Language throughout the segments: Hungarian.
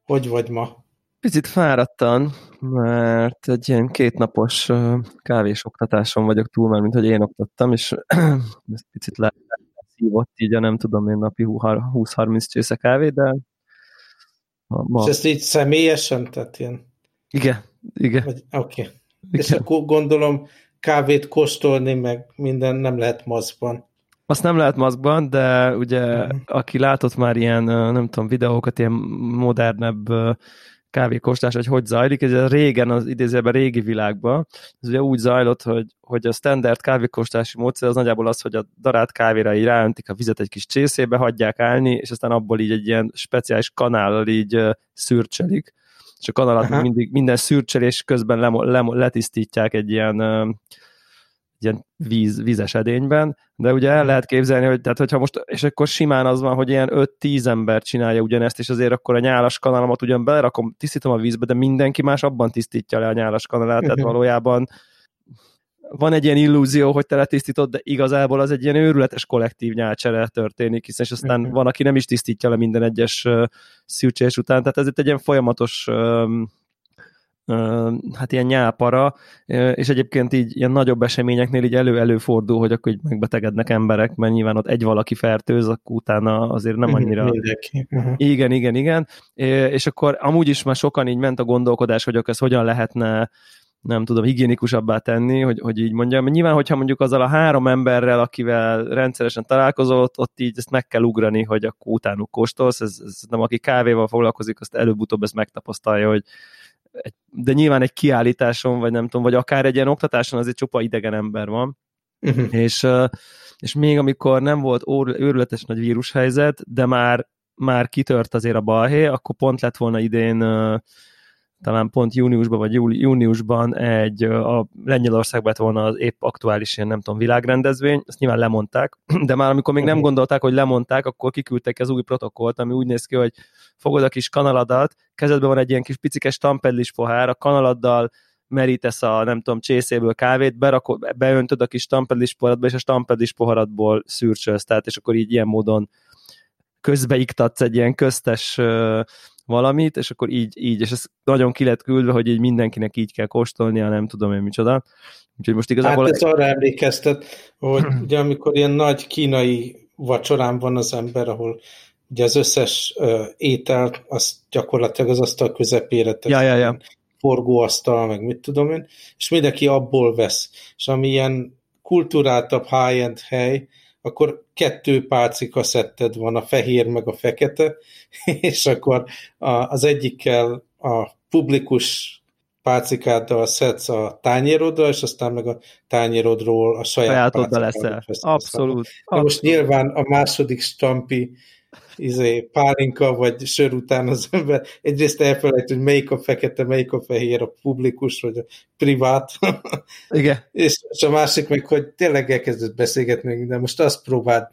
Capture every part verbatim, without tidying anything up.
hogy vagy ma? Picit fáradtan, mert egy ilyen kétnapos kávésoktatáson vagyok túl, mert mint hogy én oktattam, és ez picit leszívott így a nem tudom én napi húsz-harminc csésze kávé, de ma... És ezt így személyesen? Tehát ilyen... Igen, igen. Oké. Okay. És akkor gondolom kávét kóstolni, meg minden nem lehet maszkban. Azt nem lehet maszkban, de ugye uh-huh. aki látott már ilyen, nem tudom, videókat, ilyen modernebb kávékóstolás, hogy hogy zajlik, ez régen, az idézőben régi világban, ez ugye úgy zajlott, hogy, hogy a standard kávékóstolási módszer az nagyjából az, hogy a darált kávéra így ráöntik a vizet egy kis csészébe, hagyják állni, és aztán abból így egy ilyen speciális kanállal így szürcselik, és a kanalat uh-huh. mindig, minden szürcselés közben le, le, letisztítják egy ilyen ilyen víz, vízes edényben, de ugye el lehet képzelni, hogy tehát, hogyha most, és akkor simán az van, hogy ilyen öt-tíz ember csinálja ugyanezt, és azért akkor a nyálas kanalamat ugyan belerakom, tisztítom a vízbe, de mindenki más abban tisztítja le a nyálas kanalát, tehát valójában van egy ilyen illúzió, hogy te letisztítod, de igazából az egy ilyen őrületes kollektív nyálcsere történik, hiszen és aztán uh-huh. van, aki nem is tisztítja le minden egyes uh, szűrcsés után, tehát ez itt egy ilyen folyamatos um, hát ilyen nyálpara, és egyébként így ilyen nagyobb eseményeknél így elő-előfordul, hogy akkor így megbetegednek emberek, mert nyilván ott egy valaki fertőz, akkor utána azért nem annyira... Mindenki. Uh-huh. Igen, igen, igen. És akkor amúgy is már sokan így ment a gondolkodás, hogy akkor ezt hogyan lehetne, nem tudom, higiénikusabbá tenni, hogy, hogy így mondjam. Nyilván, hogyha mondjuk azzal a három emberrel, akivel rendszeresen találkozott, ott így ezt meg kell ugrani, hogy akkor utánuk kóstolsz, ez, ez nem aki kávéval foglalkozik, azt előbb-utóbb ezt megtapasztalja, hogy de nyilván egy kiállításon, vagy nem tudom, vagy akár egy ilyen oktatáson azért csupa idegen ember van, uh-huh. és, és még amikor nem volt őrületes nagy vírushelyzet, de már, már kitört azért a balhé, akkor pont lett volna idén, talán pont júniusban, vagy júniusban egy, a Lengyelországban lett volna az épp aktuális ilyen, nem tudom, világrendezvény, ezt nyilván lemondták, de már amikor még nem gondolták, hogy lemondták, akkor kiküldtek az új protokollt, ami úgy néz ki, hogy fogod a kis kanaladat, kezedben van egy ilyen kis picikes tampedlis pohár, a kanaladdal merítesz a, nem tudom, csészéből kávét, berakod, beöntöd a kis tampedlis poharadba, és a tampedlis poharadból szürcsölsz, tehát, és akkor így ilyen módon közbeiktatsz egy ilyen köztes valamit, és akkor így, így, és ez nagyon ki lett küldve, hogy így mindenkinek így kell kóstolnia, nem tudom én micsoda. Úgyhogy most igazából... Hát ez arra emlékeztet, hogy ugye amikor ilyen nagy kínai vacsorán van az ember, ahol ugye az összes uh, étel, az gyakorlatilag az asztal közepére tesz, ja, ja, ja. forgóasztal, meg mit tudom én, és mindenki abból vesz. És ami ilyen kulturáltabb high-end hely, akkor kettő pálcika szetted van, a fehér meg a fekete, és akkor a, az egyikkel a publikus pálcikáddal szedsz a tányérodra, és aztán meg a tányérodról a saját pálcikáddal leszel. Abszolút. Na most nyilván a második stampi izé, pálinka vagy sör után az ember egyrészt elfelejt, hogy melyik a fekete, melyik a fehér, a publikus, vagy a privát. Igen. és, és a másik meg, hogy tényleg elkezdett beszélgetni, de most azt próbált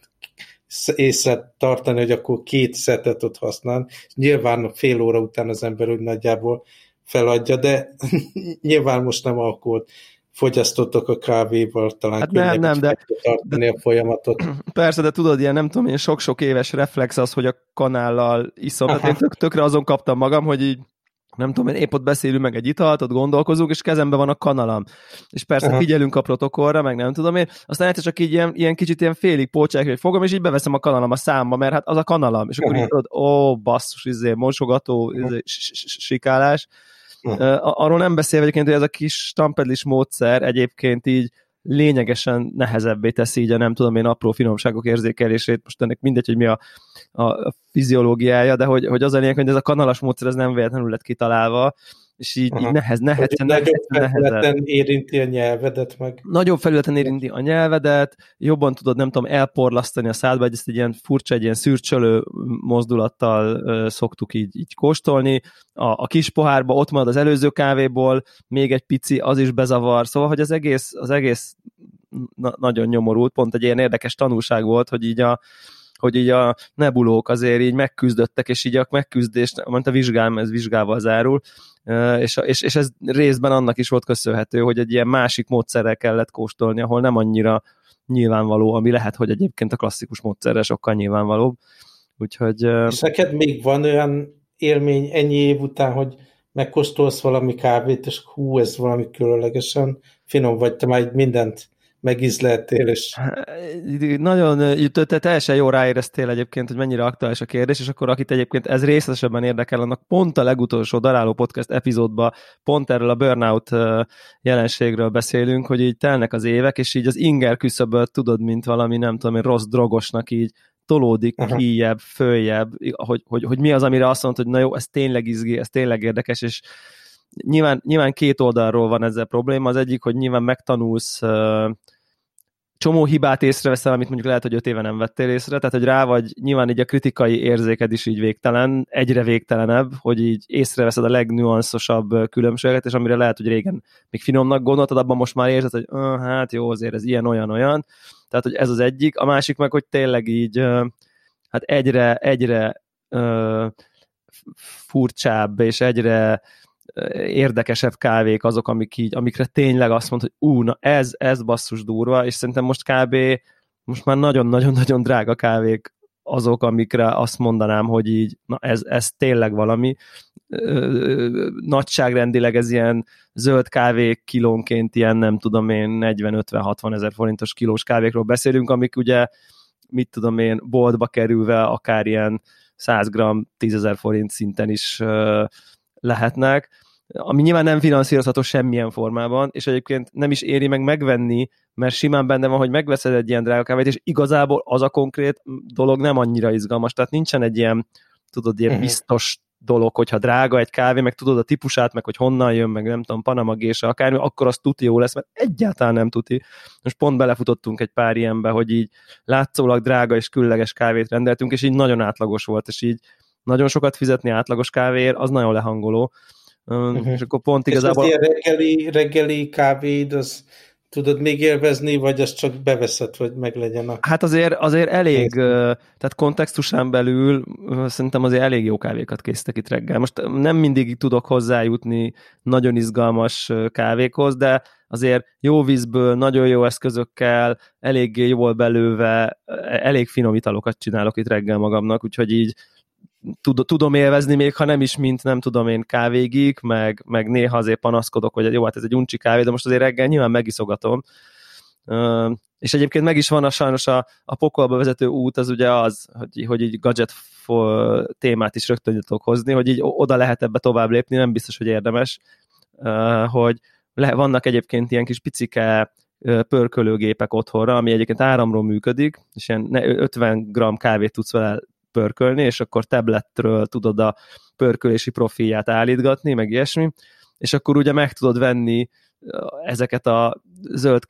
észre tartani, hogy akkor két szetet ott használ. Nyilván fél óra után az ember úgy nagyjából feladja, de nyilván most nem alkoholt fogyasztottak a kávéval, talán hát nem, nem, de, tartani a folyamatot. Persze, de tudod, ilyen nem tudom, ilyen sok-sok éves reflex az, hogy a kanállal iszom. Hát én tök, tökre azon kaptam magam, hogy így nem tudom, én épp ott beszélünk meg egy italt, ott gondolkozunk, és kezemben van a kanalam. És persze Aha. figyelünk a protokollra, meg nem tudom én, aztán egyszer csak így ilyen, ilyen kicsit ilyen félig pócsák, hogy fogom, és így beveszem a kanalam a számba, mert hát az a kanalam. És akkor így tudod, ó, basszus, izé, mosogató, izé, sikálás. Uh, arról nem beszélve egyébként, hogy ez a kis tampedlis módszer egyébként így lényegesen nehezebbé teszi így a nem tudom én apró finomságok érzékelését, most ennek mindegy, hogy mi a, a, a fiziológiája, de hogy, hogy az a lényeg, hogy ez a kanalas módszer ez nem véletlenül lett kitalálva, és így, így nehez, nehez, nehez, nagyobb felületen érinti a nyelvedet meg. Nagyobb felületen érinti a nyelvedet, jobban tudod, nem tudom, elporlasztani a szádba, egy, ezt egy ilyen furcsa, egy ilyen szürcsölő mozdulattal uh, szoktuk így, így kóstolni. A, a kis pohárba ott marad az előző kávéból, még egy pici, az is bezavar. Szóval, hogy az egész, az egész na- nagyon nyomorult, pont egy ilyen érdekes tanulság volt, hogy így a hogy így a nebulók azért így megküzdöttek, és így a megküzdést, mondta vizsgám, ez vizsgával zárul, és, és, és ez részben annak is volt köszönhető, hogy egy ilyen másik módszerrel kellett kóstolni, ahol nem annyira nyilvánvaló, ami lehet, hogy egyébként a klasszikus módszerrel sokkal nyilvánvalóbb. Úgyhogy... És neked még van olyan élmény ennyi év után, hogy megkóstolsz valami kávét, és hú, ez valami különlegesen finom, vagy te már mindent megízleltél, és... Nagyon, te teljesen jó ráéreztél egyébként, hogy mennyire aktuális a kérdés, és akkor akit egyébként ez részletesebben érdekel, annak pont a legutolsó Daráló Podcast epizódban pont erről a burnout jelenségről beszélünk, hogy így telnek az évek, és így az inger küszöböt tudod, mint valami, nem tudom, rossz drogosnak így tolódik Aha. kijjebb, följebb, hogy, hogy, hogy mi az, amire azt mondod, hogy na jó, ez tényleg izgi, ez tényleg érdekes, és nyilván, nyilván két oldalról van ezzel probléma. Az egyik, hogy nyilván megtanulsz uh, csomó hibát észreveszel, amit mondjuk lehet, hogy öt éve nem vettél észre, tehát hogy rá vagy, nyilván így a kritikai érzéked is így végtelen, egyre végtelenebb, hogy így észreveszed a legnüanszosabb különbséget, és amire lehet, hogy régen még finomnak gondoltad, abban most már érzed, hogy uh, hát jó, azért ez ilyen, olyan, olyan. Tehát, hogy ez az egyik. A másik meg, hogy tényleg így uh, hát egyre, egyre uh, furcsább, és egyre érdekesebb kávék azok, amik így, amikre tényleg azt mondod, hogy ú, na ez, ez basszus durva, és szerintem most kb. Most már nagyon-nagyon-nagyon drága kávék azok, amikre azt mondanám, hogy így, na ez, ez tényleg valami. Nagyságrendileg ez ilyen zöld kávék kilónként ilyen, nem tudom én, negyven-ötven-hatvan ezer forintos kilós kávékról beszélünk, amik ugye, mit tudom én, boltba kerülve akár ilyen száz gramm tízezer forint szinten is lehetnek, ami nyilván nem finanszírozható semmilyen formában, és egyébként nem is éri meg megvenni, mert simán benne van, hogy megveszed egy ilyen drága kávét, és igazából az a konkrét dolog nem annyira izgalmas, tehát nincsen egy ilyen, tudod, ilyen biztos dolog, hogyha drága egy kávé, meg tudod a típusát, meg hogy honnan jön, meg nem tudom, Panama Gésa, akármi, akkor az tuti jó lesz, mert egyáltalán nem tuti. Most pont belefutottunk egy pár ilyenbe, hogy így látszólag drága és különleges kávét rendeltünk, és így nagyon átlagos volt, és így nagyon sokat fizetni átlagos kávéért, az nagyon lehangoló. Uh-huh. És akkor pont igazából... És az ilyen reggeli, reggeli kávéd, az tudod még élvezni, vagy az csak beveszed, hogy meglegyen a... Hát azért, azért elég, tehát kontextusán belül szerintem azért elég jó kávékat készítek itt reggel. Most nem mindig tudok hozzájutni nagyon izgalmas kávékhoz, de azért jó vízből, nagyon jó eszközökkel, eléggé jól belőve, elég finom italokat csinálok itt reggel magamnak, úgyhogy így tudom élvezni, még ha nem is, mint nem tudom én kávégik, meg, meg néha azért panaszkodok, hogy jó, hát ez egy uncsi kávé, de most azért reggel nyilván megiszogatom. Uh, és egyébként meg is van a sajnos a, a pokolba vezető út, az ugye az, hogy, hogy így gadget for témát is rögtön tudok hozni, hogy így oda lehet ebbe tovább lépni, nem biztos, hogy érdemes, uh, hogy le, vannak egyébként ilyen kis picike pörkölőgépek otthonra, ami egyébként áramról működik, és ilyen ötven gramm kávét tudsz vele pörkölni, és akkor tabletről tudod a pörkölési profilját állítgatni, meg ilyesmi, és akkor ugye meg tudod venni ezeket a zöld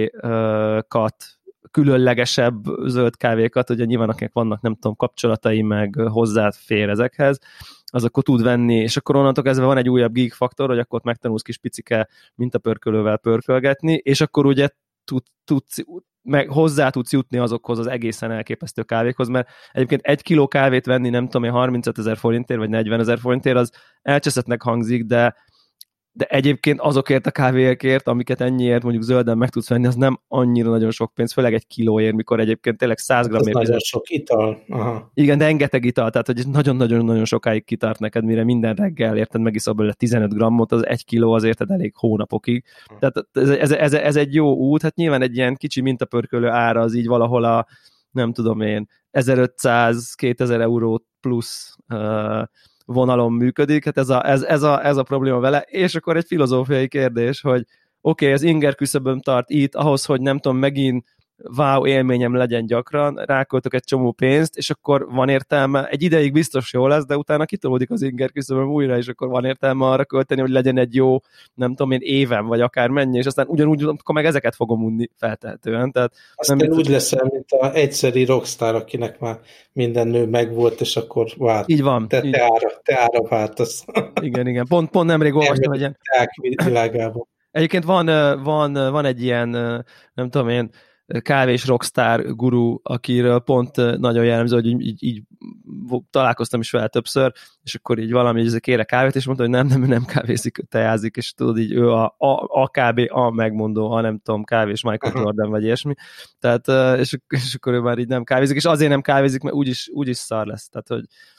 kávékat, különlegesebb zöld kávékat, ugye nyilván akinek vannak, nem tudom, kapcsolatai, meg hozzáfér ezekhez, az akkor tud venni, és akkor onnantól kezdve van egy újabb geek faktor, hogy akkor ott megtanulsz kis picike mintapörkölővel pörkölgetni, és akkor ugye tud, tudsz meg hozzá tudsz jutni azokhoz az egészen elképesztő kávékhoz, mert egyébként egy kiló kávét venni, nem tudom én, harmincöt ezer forintért, vagy negyven ezer forintért, az elcseszettnek hangzik, de, de egyébként azokért a kávékért, amiket ennyiért mondjuk zölden meg tudsz venni, az nem annyira nagyon sok pénz, főleg egy kilóért, mikor egyébként tényleg száz gramm. Ez nagyon sok ital. Aha. Igen, de rengeteg ital, tehát hogy nagyon-nagyon-nagyon sokáig kitart neked, mire minden reggel érted, megiszol belőle tizenöt grammot, az egy kiló az érted elég hónapokig. Tehát ez, ez, ez, ez egy jó út, hát nyilván egy ilyen kicsi mintapörkölő ára az így valahol a, nem tudom én, ezerötszáz-kétezer euró plusz uh, vonalon működik, hát ez a, ez, ez, a, ez a probléma vele, és akkor egy filozófiai kérdés, hogy oké, okay, az inger küszöbön tart itt, ahhoz, hogy nem tudom, megint wow élményem legyen gyakran, ráköltök egy csomó pénzt, és akkor van értelme, egy ideig biztos jó lesz, de utána kitolódik az inger küszöböm újra, és akkor van értelme arra költeni, hogy legyen egy jó, nem tudom én, évem, vagy akár mennyi, és aztán ugyanúgy, akkor meg ezeket fogom unni feltehetően. Tehát aztán nem úgy biztos, leszel, mint az egyszeri rockstar, akinek már minden nő megvolt, és akkor vált. Így van. Te, így. te, ára, te ára váltasz. Igen, igen. Pont, pont nemrég olvastam egy ilyen... világában. Egyébként van, van, van egy ilyen, nem tudom én, kávés rockstar guru, akiről pont nagyon jellemző, hogy így, így, így találkoztam is vele többször, és akkor így valami, hogy kére kávét, és mondta, hogy nem, nem, ő nem kávézik, ő teázik, és tudod, így ő a, a, a kb. A megmondó, ha nem tudom, kávés Michael Jordan, vagy ilyesmi. Tehát, és, és akkor ő már így nem kávézik, és azért nem kávézik, mert úgyis, úgyis szar lesz. Tehát, hogy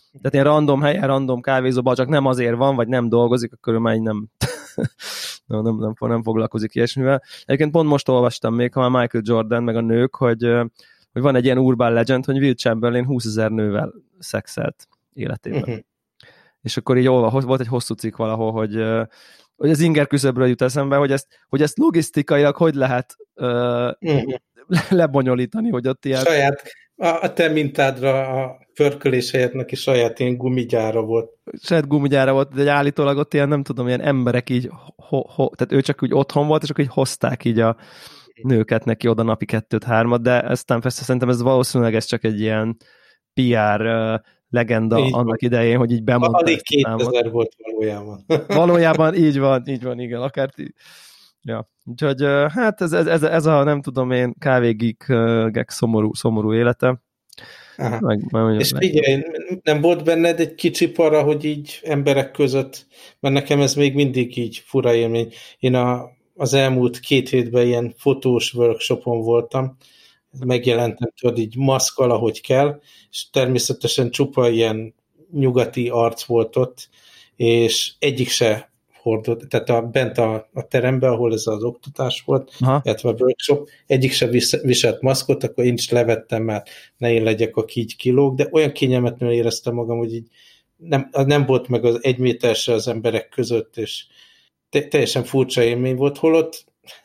Tehát ilyen random helyen, random kávézóban, csak nem azért van, vagy nem dolgozik, akkor ő már így nem, nem, nem, nem, nem foglalkozik ilyesmivel. Egyébként pont most olvastam még, ha már Michael Jordan, meg a nők, hogy, hogy van egy ilyen urban legend, hogy Will Chamberlain húszezer nővel szexelt életében. Uh-huh. És akkor így olva, volt egy hosszú cikk valahol, hogy, hogy az inger küszöbről jut eszembe, hogy ezt, hogy ezt logisztikailag hogy lehet uh, uh-huh. lebonyolítani, hogy ott ilyen... Saját, a, a te mintádra a pörkölés helyett neki saját ilyen gumigyára volt. Saját gumigyára volt, de állítólag ott ilyen, nem tudom, ilyen emberek így, ho, ho, tehát ő csak úgy otthon volt, és akkor így hozták így a nőket neki oda napi kettőt-hármat, de aztán persze szerintem ez valószínűleg ez csak egy ilyen pé er uh, legenda így annak van. Idején, hogy így bemondta. Alig kétezer volt valójában. Valójában így van, így van, igen, akár tí... Ja, úgyhogy hát ez, ez, ez, ez a nem tudom én kávégik szomorú, szomorú élete. Meg, meg, és figyelj, nem volt benned egy kicsi para, hogy így emberek között, mert nekem ez még mindig így fura élmény. Én a, az elmúlt két hétben ilyen fotós workshopon voltam, megjelentem tudod így maszkkal, ahogy kell, és természetesen csupa ilyen nyugati arc volt ott, és egyik se hordott, tehát a, bent a, a teremben, ahol ez az oktatás volt, illetve a workshop, egyik se viselt maszkot, akkor én is levettem, mert ne én legyek, aki így kilóg, de olyan kényelmetlenül éreztem magam, hogy így nem, nem volt meg az egy méter se az emberek között, és te, teljesen furcsa élmény volt, holott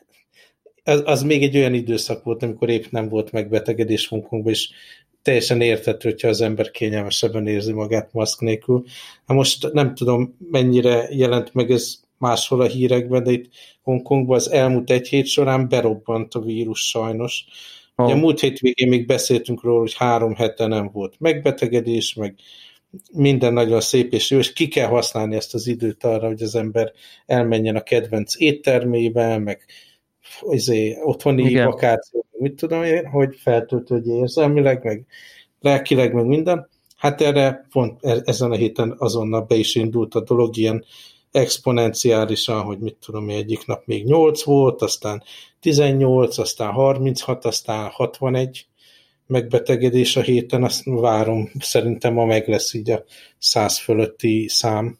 az, az még egy olyan időszak volt, amikor épp nem volt megbetegedés Hongkongban, és teljesen érthető, hogyha az ember kényelmesebben érzi magát maszk nélkül. Hát most nem tudom, mennyire jelent meg ez máshol a hírekben, de itt Hongkongban az elmúlt egy hét során berobbant a vírus sajnos. Oh. Ugye a múlt hétvégén még beszéltünk róla, hogy három hete nem volt megbetegedés, meg minden nagyon szép és jó, és ki kell használni ezt az időt arra, hogy az ember elmenjen a kedvenc éttermébe, meg azért otthoni vakáció, mit tudom én, hogy feltöltődje érzelmileg, meg lelkileg, meg minden. Hát erre pont ezen a héten azonnal be is indult a dolog, ilyen exponenciálisan, hogy mit tudom én, egyik nap még nyolc volt, aztán tizennyolc, aztán harminchat, aztán hatvanegy megbetegedés a héten, azt várom, szerintem ma meg lesz így a száz fölötti szám.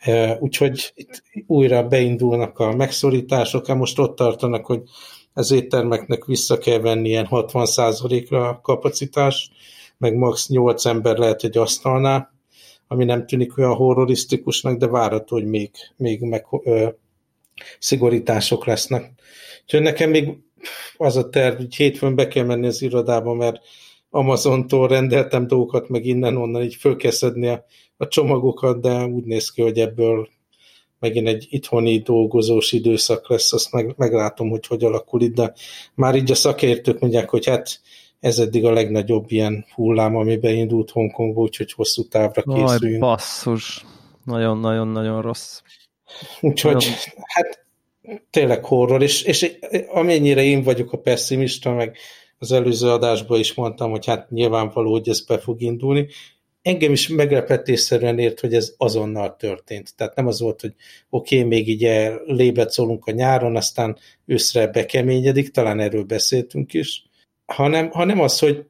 Úgyhogy itt újra beindulnak a megszorítások, most ott tartanak, hogy az éttermeknek vissza kell venni ilyen hatvan százalékra a kapacitás, meg max. nyolc ember lehet egy asztalnál, ami nem tűnik olyan horrorisztikusnak, de várható, hogy még, még meg, ö, szigorítások lesznek. Úgyhogy nekem még az a terv, hogy hétfőn be kell menni az irodába, mert Amazontól rendeltem dolgokat, meg innen-onnan így föl kell szedni a, a csomagokat, de úgy néz ki, hogy ebből megint egy itthoni dolgozós időszak lesz, azt meg, meglátom, hogy hogy alakul itt, de már így a szakértők mondják, hogy hát ez eddig a legnagyobb ilyen hullám, ami beindult Hongkongba, úgyhogy hosszú távra készüljünk. Aj, basszus, nagyon-nagyon-nagyon rossz. Úgyhogy nagyon... hát tényleg horror, és, és amennyire én vagyok a pessimista, meg az előző adásban is mondtam, hogy hát nyilvánvaló, hogy ez be fog indulni. Engem is meglepetésszerűen ért, hogy ez azonnal történt. Tehát nem az volt, hogy oké, okay, még így lébecolunk a nyáron, aztán őszre bekeményedik, talán erről beszéltünk is, hanem, hanem az, hogy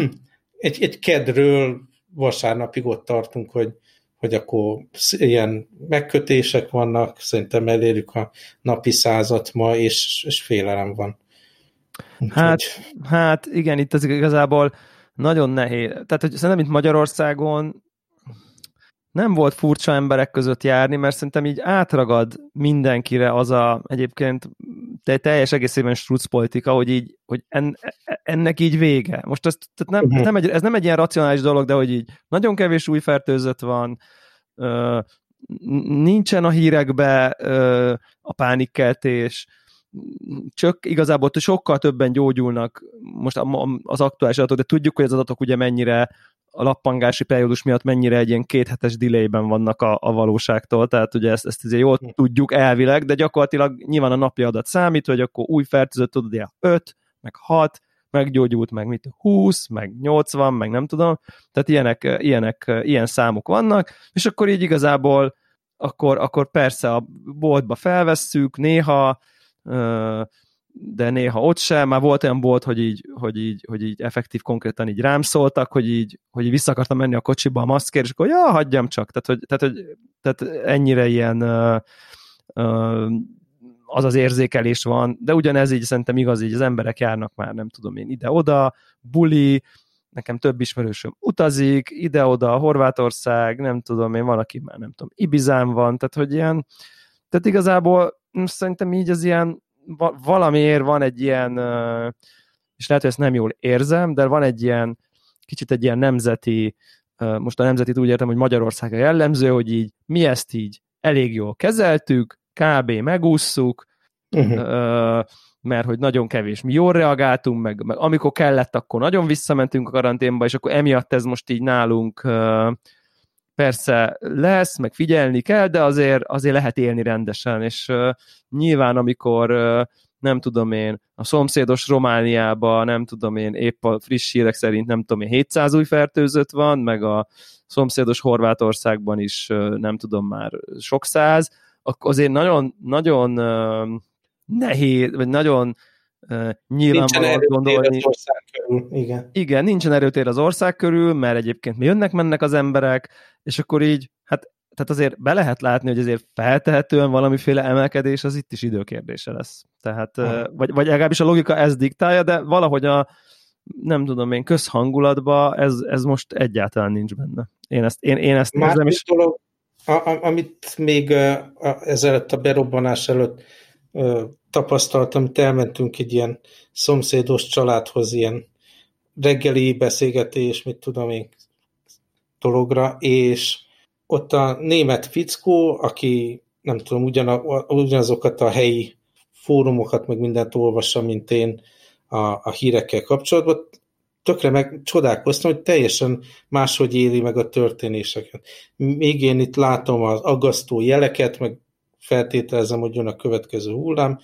egy, egy kedről vasárnapig ott tartunk, hogy, hogy akkor ilyen megkötések vannak, szerintem elérjük a napi százat ma, és, és félelem van. Hát, hát igen, itt az igazából nagyon nehéz. Tehát, hogy szerintem itt Magyarországon nem volt furcsa emberek között járni, mert szerintem így átragad mindenkire az a egyébként teljes egészében struc politika, hogy így, hogy en, ennek így vége. Most ez, tehát nem, ez, nem egy, ez nem egy ilyen racionális dolog, de hogy így nagyon kevés új fertőzött van, ö, nincsen a hírekbe ö, a pánikkeltés, csak igazából sokkal többen gyógyulnak most az aktuális adatok, de tudjuk, hogy az adatok ugye mennyire a lappangási periódus miatt mennyire egy ilyen kéthetes delayben vannak a, a valóságtól, tehát ugye ezt, ezt azért jól tudjuk elvileg, de gyakorlatilag nyilván a napi adat számít, hogy akkor új fertőzött tudod, ilyen öt, meg hat, meggyógyult, meg mit, húsz, meg nyolcvan, meg nem tudom, tehát ilyenek, ilyenek, ilyen számok vannak, és akkor így igazából akkor, akkor persze a boltba felvesszük, néha Uh, de néha ott sem. Már volt olyan bolt, hogy így, hogy így, hogy így effektív konkrétan így rám szóltak, hogy így, hogy így vissza akartam menni a kocsiba a maszkért, és akkor ja, hagyjam csak. Tehát, hogy, tehát, hogy, tehát ennyire ilyen uh, uh, az az érzékelés van, de ugyanez így szerintem igaz, így az emberek járnak már, nem tudom én, ide-oda, buli, nekem több ismerősöm utazik, ide-oda, Horvátország, nem tudom én, van, aki már nem tudom, Ibizán van, tehát hogy ilyen, tehát igazából szerintem így az ilyen, valamiért van egy ilyen, és lehet, hogy ezt nem jól érzem, de van egy ilyen, kicsit egy ilyen nemzeti, most a nemzetit úgy értem, hogy Magyarországra jellemző, hogy így mi ezt így elég jól kezeltük, kb. Megússzuk, uh-huh. mert hogy nagyon kevés mi jól reagáltunk, meg, meg amikor kellett, akkor nagyon visszamentünk a karanténba, és akkor emiatt ez most így nálunk persze lesz, meg figyelni kell, de azért, azért lehet élni rendesen, és uh, nyilván amikor uh, nem tudom én, a szomszédos Romániában, nem tudom én, épp a friss hírek szerint nem tudom én, hétszáz új fertőzött van, meg a szomszédos Horvátországban is uh, nem tudom már sok száz, akkor azért nagyon, nagyon uh, nehéz, vagy nagyon uh, nyilvánvalóan gondolni. Az ország körül, igen. Igen, nincsen erőtér az ország körül, mert egyébként mi jönnek-mennek az emberek, és akkor így, hát tehát azért be lehet látni, hogy azért feltehetően valamiféle emelkedés az itt is időkérdése lesz. Tehát, uh, vagy, vagy legalábbis a logika ezt diktálja, de valahogy a, nem tudom én, közhangulatban ez, ez most egyáltalán nincs benne. Én ezt, én, én ezt érzem, és... dolog, a, a, amit még a, a, ezelőtt a berobbanás előtt a, tapasztaltam, hogy elmentünk egy ilyen szomszédos családhoz, ilyen reggeli beszélgetés, mit tudom én, dologra, és ott a német fickó, aki nem tudom, ugyan, ugyanazokat a helyi fórumokat, meg mindent olvassa, mint én a, a hírekkel kapcsolatban, tökre meg csodálkoztam, hogy teljesen máshogy éli meg a történéseket. Még én itt látom az aggasztó jeleket, meg feltételezem, hogy jön a következő hullám.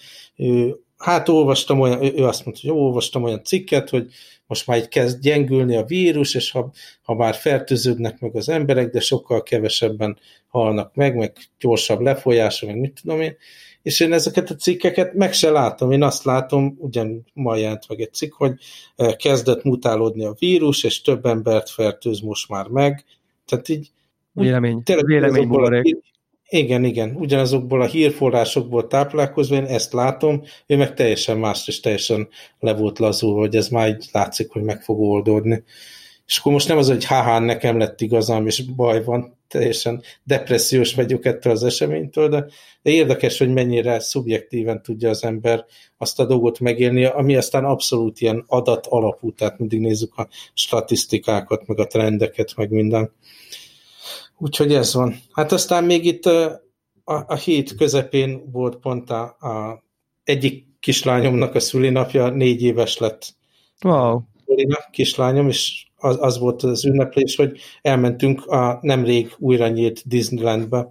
Hát olvastam olyan, ő azt mondta, hogy olvastam olyan cikket, hogy most már így kezd gyengülni a vírus, és ha, ha már fertőződnek meg az emberek, de sokkal kevesebben halnak meg, meg gyorsabb lefolyása, meg mit tudom én. És én ezeket a cikkeket meg se látom. Én azt látom, ugyan ma jelent meg egy cikk, hogy kezdett mutálódni a vírus, és több embert fertőz most már meg. Tehát így... Vélemény. Vélemény Igen, igen. Ugyanazokból a hírforrásokból táplálkozva én ezt látom, ő meg teljesen más, és teljesen le volt lazulva, hogy ez már így látszik, hogy meg fog oldódni. És akkor most nem az, hogy haha, nekem lett igazam, és baj van, teljesen depressziós vagyok ettől az eseménytől, de, de érdekes, hogy mennyire szubjektíven tudja az ember azt a dolgot megélni, ami aztán abszolút ilyen adat alapú, tehát mindig nézzük a statisztikákat, meg a trendeket, meg minden. Úgyhogy ez van. Hát aztán még itt a, a, a hét közepén volt pont a, a egyik kislányomnak a szülinapja, négy éves lett. Wow. A kislányom, és az, az volt az ünneplés, hogy elmentünk a nemrég újra nyílt Disneylandbe,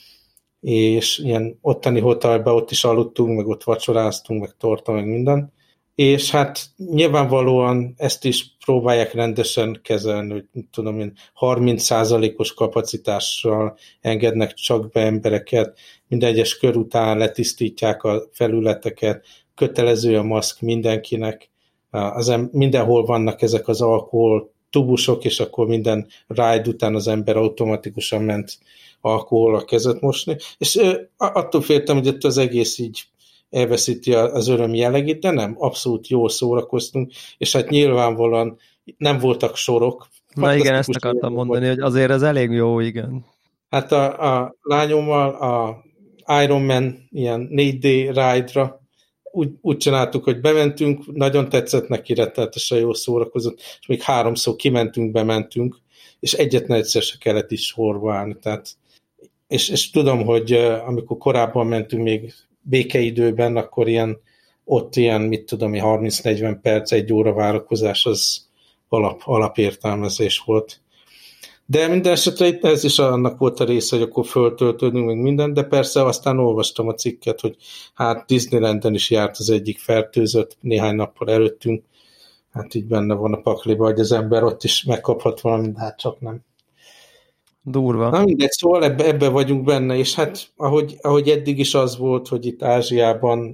és ilyen ottani hotelbe, ott is aludtunk, meg ott vacsoráztunk, meg torta, meg minden. És hát nyilvánvalóan ezt is próbálják rendesen kezelni, hogy tudom én, harminc százalékos kapacitással engednek csak be embereket, minden egyes kör után letisztítják a felületeket, kötelező a maszk mindenkinek, az em- mindenhol vannak ezek az alkohol tubusok, és akkor minden ride után az ember automatikusan ment alkoholra kezet mosni, és attól féltem, hogy itt az egész így elveszíti az öröm jellegét, de nem, abszolút jól szórakoztunk, és hát nyilvánvalóan nem voltak sorok. Na igen, ezt akartam mondani, volt. Hogy azért ez elég jó, igen. Hát a, a lányommal a Ironman ilyen négy dé ride-ra úgy, úgy csináltuk, hogy bementünk, nagyon tetszett neki, rettenetesen jól szórakozott, és még háromszor kimentünk, bementünk, és egyetlen egyszer se kellett is sorba állni. Tehát, és, és tudom, hogy amikor korábban mentünk még békeidőben, akkor ilyen, ott ilyen, mit tudom, harminc-negyven perc, egy óra várakozás, az alap, alapértelmezés volt. De minden esetre itt ez is annak volt a része, hogy akkor föltöltődünk meg minden, de persze aztán olvastam a cikket, hogy hát Disneylanden is járt az egyik fertőzött néhány nappal előttünk, hát így benne van a pakliba, hogy az ember ott is megkaphat valamit, de hát csak nem. Durva. Na mindegy, szóval ebbe, ebbe vagyunk benne, és hát ahogy, ahogy eddig is az volt, hogy itt Ázsiában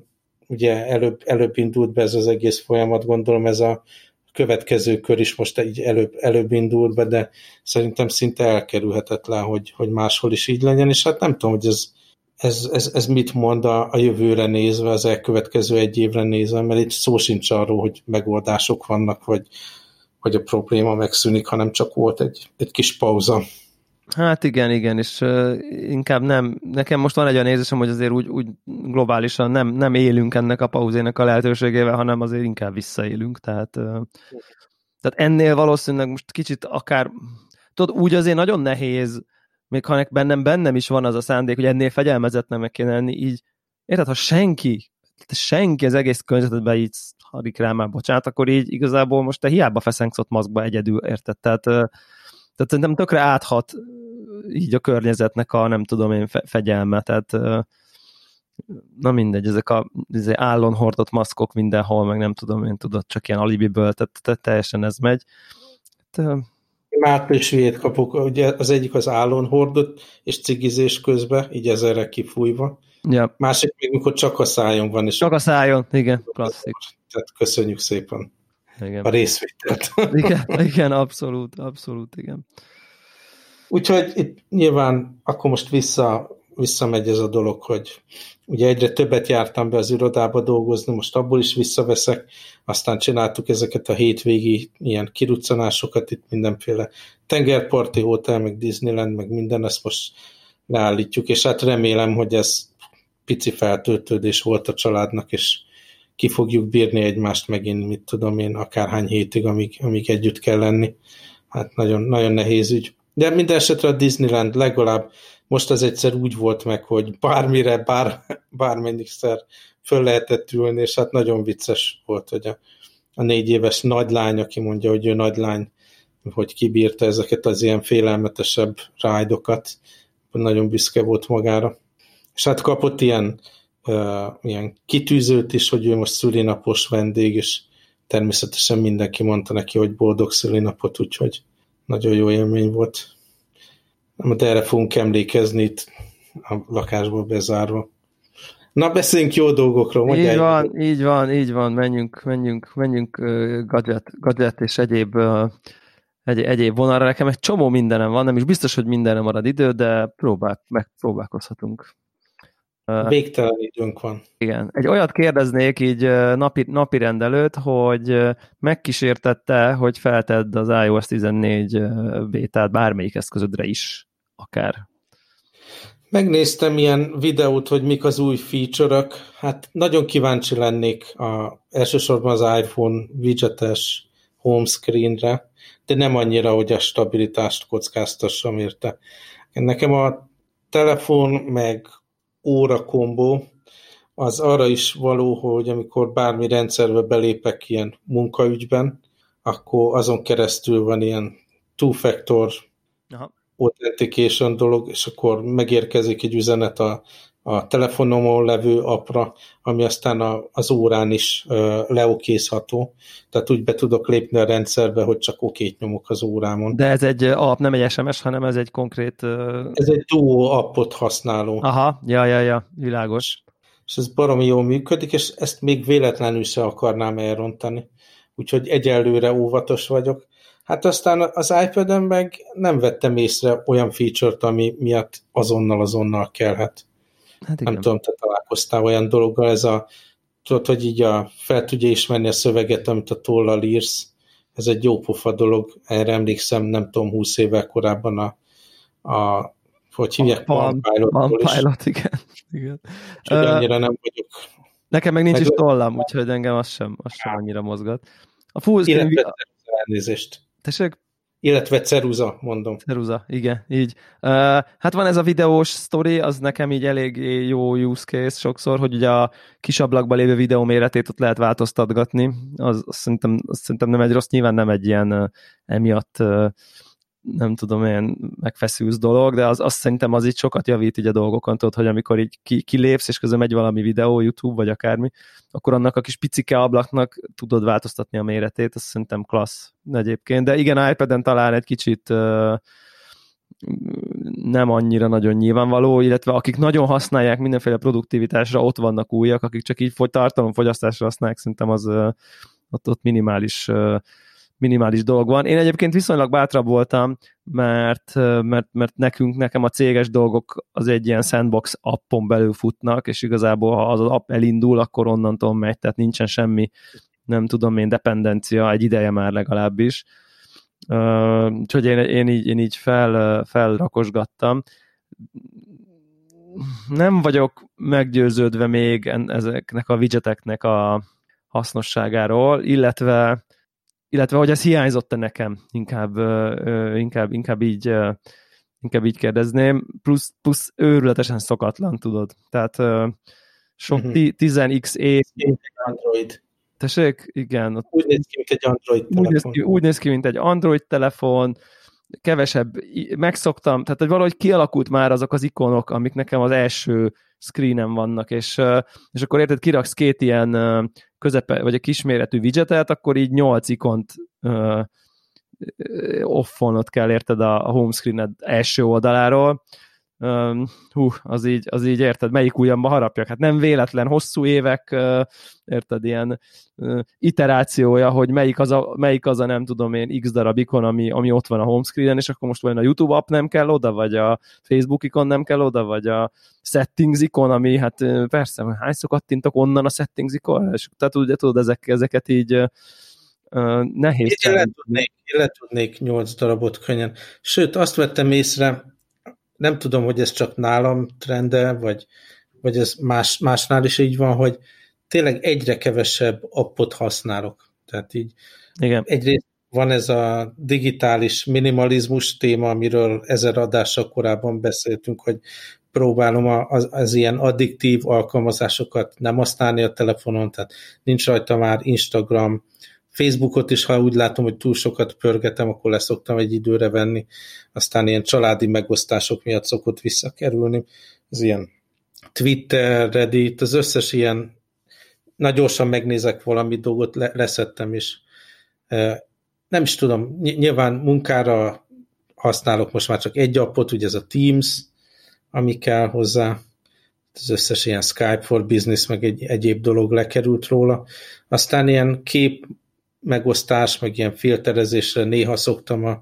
ugye előbb, előbb indult be ez az egész folyamat, gondolom ez a következő kör is most így előbb, előbb indult be, de szerintem szinte elkerülhetetlen, hogy, hogy máshol is így legyen, és hát nem tudom, hogy ez, ez, ez, ez mit mond a, a jövőre nézve, az elkövetkező egy évre nézve, mert itt szó sincs arról, hogy megoldások vannak, vagy, vagy a probléma megszűnik, hanem csak volt egy, egy kis pauza. Hát igen, igen, és uh, inkább nem, nekem most van egy olyan érzésem, hogy azért úgy, úgy globálisan nem, nem élünk ennek a pauzének a lehetőségével, hanem azért inkább visszaélünk, tehát, uh, tehát ennél valószínűleg most kicsit akár, tudod, úgy azért nagyon nehéz, még ha bennem, bennem is van az a szándék, hogy ennél fegyelmezettnek kéne lenni, így, érted, ha senki, senki az egész környezetben így hadik rá már, bocsánat, akkor így igazából most te hiába feszengsz ott maszkba egyedül, érted, tehát uh, Tehát szerintem tökre áthat így a környezetnek a, nem tudom én, fe, fegyelme. Tehát na mindegy, ezek a ezek állon hordott maszkok mindenhol, meg nem tudom én, tudod, csak ilyen alibiből, tehát, tehát teljesen ez megy. Tehát, Április vét kapok, ugye az egyik az állon hordott, és cigizés közben, így ezerre kifújva. Ja. Másik még, mikor csak a szájon van. És csak a szájon, igen, klasszik. Tehát köszönjük szépen. Igen. A részvételt. Igen, igen, abszolút, abszolút, igen. Úgyhogy itt nyilván akkor most vissza, visszamegy ez a dolog, hogy ugye egyre többet jártam be az irodába dolgozni, most abból is visszaveszek, aztán csináltuk ezeket a hétvégi ilyen kiruccanásokat, itt mindenféle tengerparti hotel, meg Disneyland, meg minden, ezt most leállítjuk, és hát remélem, hogy ez pici feltöltődés volt a családnak, és ki fogjuk bírni egymást megint, mit tudom én, akárhány hétig, amíg, amíg együtt kell lenni. Hát nagyon, nagyon nehéz ügy. De minden esetre a Disneyland legalább most az egyszer úgy volt meg, hogy bármire, bár, bármennyiszer föl lehetett ülni, és hát nagyon vicces volt, hogy a, a négy éves nagylány, aki mondja, hogy ő nagylány, hogy kibírta ezeket az ilyen félelmetesebb rájdokat, nagyon büszke volt magára. És hát kapott ilyen Uh, ilyen kitűzőt is, hogy ő most szülinapos vendég, és természetesen mindenki mondta neki, hogy boldog szülinapot, úgyhogy nagyon jó élmény volt. De erre fogunk emlékezni itt a lakásból bezárva. Na, beszéljünk jó dolgokról. Így van, egy... így van, így van, menjünk, menjünk, menjünk uh, gadget, gadget és egyéb, uh, egy, egyéb vonalra. Nekem egy csomó mindenem van, nem is biztos, hogy mindenre marad idő, de próbál, megpróbálkozhatunk. Végtelen időnk van. Igen. Egy olyat kérdeznék így napi, napi rendelőt, hogy megkísértette, hogy feltedd az iOS tizennégy bétát bármelyik eszközödre is, akár. Megnéztem ilyen videót, hogy mik az új feature-ök. Hát nagyon kíváncsi lennék a, elsősorban az iPhone widgetes home screenre, de nem annyira, hogy a stabilitást kockáztassam érte. Nekem a telefon meg óra kombó, az arra is való, hogy amikor bármi rendszerbe belépek ilyen munkaügyben, akkor azon keresztül van ilyen two-factor Aha. authentication dolog, és akkor megérkezik egy üzenet a, a telefonomon levő appra, ami aztán a, az órán is uh, leokézható. Tehát úgy be tudok lépni a rendszerbe, hogy csak okét nyomok az órámon. De ez egy app, nem egy es em es, hanem ez egy konkrét... Uh... Ez egy Duo appot használó. Aha, ja, ja, ja, világos. És ez baromi jól működik, és ezt még véletlenül se akarnám elrontani. Úgyhogy egyelőre óvatos vagyok. Hát aztán az iPad-en meg nem vettem észre olyan feature-t, ami miatt azonnal-azonnal kellhet. Hát nem tudom, te találkoztál olyan dologgal, ez a, tudod, hogy így a, fel tudja ismerni a szöveget, amit a tollal írsz. Ez egy jó pofa dolog, erre emlékszem, nem tudom, húsz évvel korábban a, a hogy hívják, Palm Pilot, igen. igen. Úgyhogy annyira nem vagyok. Nekem meg nincs meg is tollam, úgyhogy engem az sem, az sem annyira mozgat. A full screen... Illetve elnézést. Tessék? Illetve ceruza, mondom. Ceruza, igen, így. Uh, hát van ez a videós sztori, az nekem így elég jó use case sokszor, hogy ugye a kis ablakban lévő videó méretét ott lehet változtatgatni. Az, az, szerintem, az szerintem nem egy rossz, nyilván nem egy ilyen uh, emiatt uh, nem tudom, ilyen megfeszülsz dolog, de az, azt szerintem az így sokat javít így a dolgokon, tudod, hogy amikor így ki, kilépsz, és közben megy valami videó, YouTube, vagy akármi, akkor annak a kis picike ablaknak tudod változtatni a méretét, azt szerintem klassz egyébként, de igen, iPad-en talán egy kicsit uh, nem annyira nagyon nyilvánvaló, illetve akik nagyon használják mindenféle produktivitásra, ott vannak újak, akik csak így tartalomfogyasztásra használják, szerintem az ott, ott minimális, minimális dolog van. Én egyébként viszonylag bátrabb voltam, mert, mert, mert nekünk, nekem a céges dolgok az egy ilyen sandbox appon belül futnak, és igazából ha az az app elindul, akkor onnantól megy, tehát nincsen semmi, nem tudom én, dependencia, egy ideje már legalábbis. Uh, úgyhogy én, én így, én így fel, felrakosgattam. Nem vagyok meggyőződve még ezeknek a widgeteknek a hasznosságáról, illetve, illetve hogy ez hiányzott-e nekem, inkább, uh, inkább, inkább, így, uh, inkább így kérdezném, plusz, plusz őrületesen szokatlan, tudod. Tehát uh, sok uh-huh. tíz x év Android. Tessék? Igen. Ott úgy néz ki, mint egy Android telefon. Úgy néz ki, úgy néz ki, mint egy Android telefon, kevesebb, megszoktam, tehát hogy valahogy kialakult már azok az ikonok, amik nekem az első screenen vannak, és, és akkor érted, kiraksz két ilyen közepe, vagy egy kisméretű widgetet, akkor így nyolc ikont uh, offon ott kell, érted, a, a home screened első oldaláról. Um, hú, az így, az így érted, melyik ujjamba harapjak? Hát nem véletlen, hosszú évek, uh, érted, ilyen uh, iterációja, hogy melyik az, a, melyik az a nem tudom én x darab ikon, ami, ami ott van a home screenen, és akkor most vajon a YouTube app nem kell oda, vagy a Facebook ikon nem kell oda, vagy a settings ikon, ami hát uh, persze, hányszor kattintok onnan a settings ikon, és tehát ugye tudod, ezek, ezeket így uh, nehéz. Én le tudnék, le tudnék nyolc darabot könnyen. Sőt, azt vettem észre, nem tudom, hogy ez csak nálam trende, vagy, vagy ez más, másnál is így van, hogy tényleg egyre kevesebb appot használok. Tehát így igen. Egyrészt van ez a digitális minimalizmus téma, amiről ezer adással korábban beszéltünk, hogy próbálom az, az ilyen addiktív alkalmazásokat nem használni a telefonon, tehát nincs rajta már Instagram, Facebookot is, ha úgy látom, hogy túl sokat pörgetem, akkor leszoktam egy időre venni, aztán ilyen családi megosztások miatt szokott visszakerülni. Ez ilyen Twitter, Reddit, az összes ilyen, nagyon gyorsan megnézek valami dolgot, le, leszettem is. Nem is tudom, nyilván munkára használok most már csak egy appot, ugye ez a Teams, ami kell hozzá, az összes ilyen Skype for Business, meg egy egyéb dolog lekerült róla. Aztán ilyen kép megosztás, meg ilyen filterezésre néha szoktam a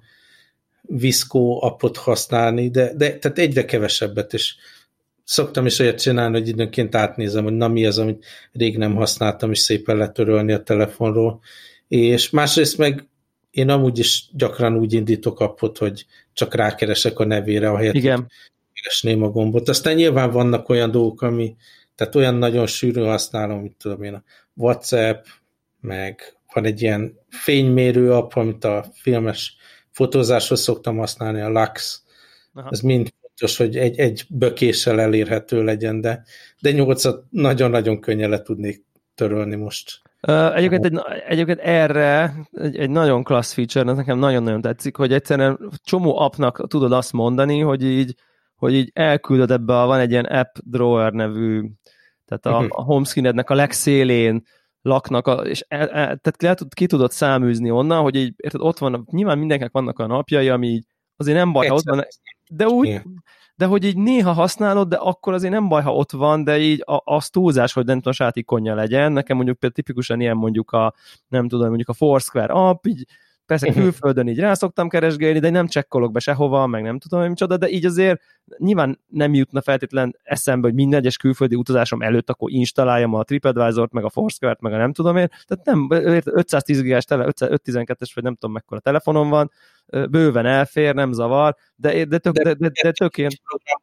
Visco appot használni, de, de tehát egyre kevesebbet, és szoktam is olyat csinálni, hogy időnként átnézem, hogy na mi az, amit rég nem használtam, és szépen letörölni a telefonról. És másrészt meg én amúgy is gyakran úgy indítok appot, hogy csak rákeresek a nevére, ahelyett, igen, hogy keresném a gombot. Aztán nyilván vannak olyan dolgok, ami, tehát olyan nagyon sűrűn használom, mint tudom én, a WhatsApp, meg van egy ilyen fénymérő app, amit a filmes fotózáshoz szoktam használni, a Lux. Aha. Ez mind fontos, hogy egy, egy bökéssel elérhető legyen, de, de nyolcat nagyon-nagyon könnyen le tudnék törölni most. Uh, egyébként, egy, egyébként erre egy, egy nagyon klassz feature, ez nekem nagyon-nagyon tetszik, hogy egyszerűen csomó appnak tudod azt mondani, hogy így, hogy így elküldöd ebbe, a, van egy ilyen app drawer nevű, tehát a, uh-huh. a home screenednek a legszélén laknak, a, és el, el, tehát le, ki tudod száműzni onnan, hogy így, érted, ott van, nyilván mindenkinek vannak olyan napjai, ami így azért nem baj, ha ott van, de úgy, yeah. de hogy így néha használod, de akkor azért nem baj, ha ott van, de így a, az túlzás, hogy nem tudom, saját ikonja legyen. Nekem mondjuk például tipikusan ilyen mondjuk a, nem tudom, mondjuk a Foursquare app, így persze külföldön így rá szoktam keresgélni, de nem csekkolok be sehova, meg nem tudom, hogy micsoda, de így azért nyilván nem jutna feltétlen eszembe, hogy minden egyes külföldi utazásom előtt akkor installáljam a TripAdvisor-t, meg a Foursquare-t, meg a nem tudom én. Tehát nem, ötszáztíz gigás tele, ötszáztizenkettes vagy nem tudom mekkora telefonom van, bőven elfér, nem zavar, de, de, tök, de, de, de, de tök én...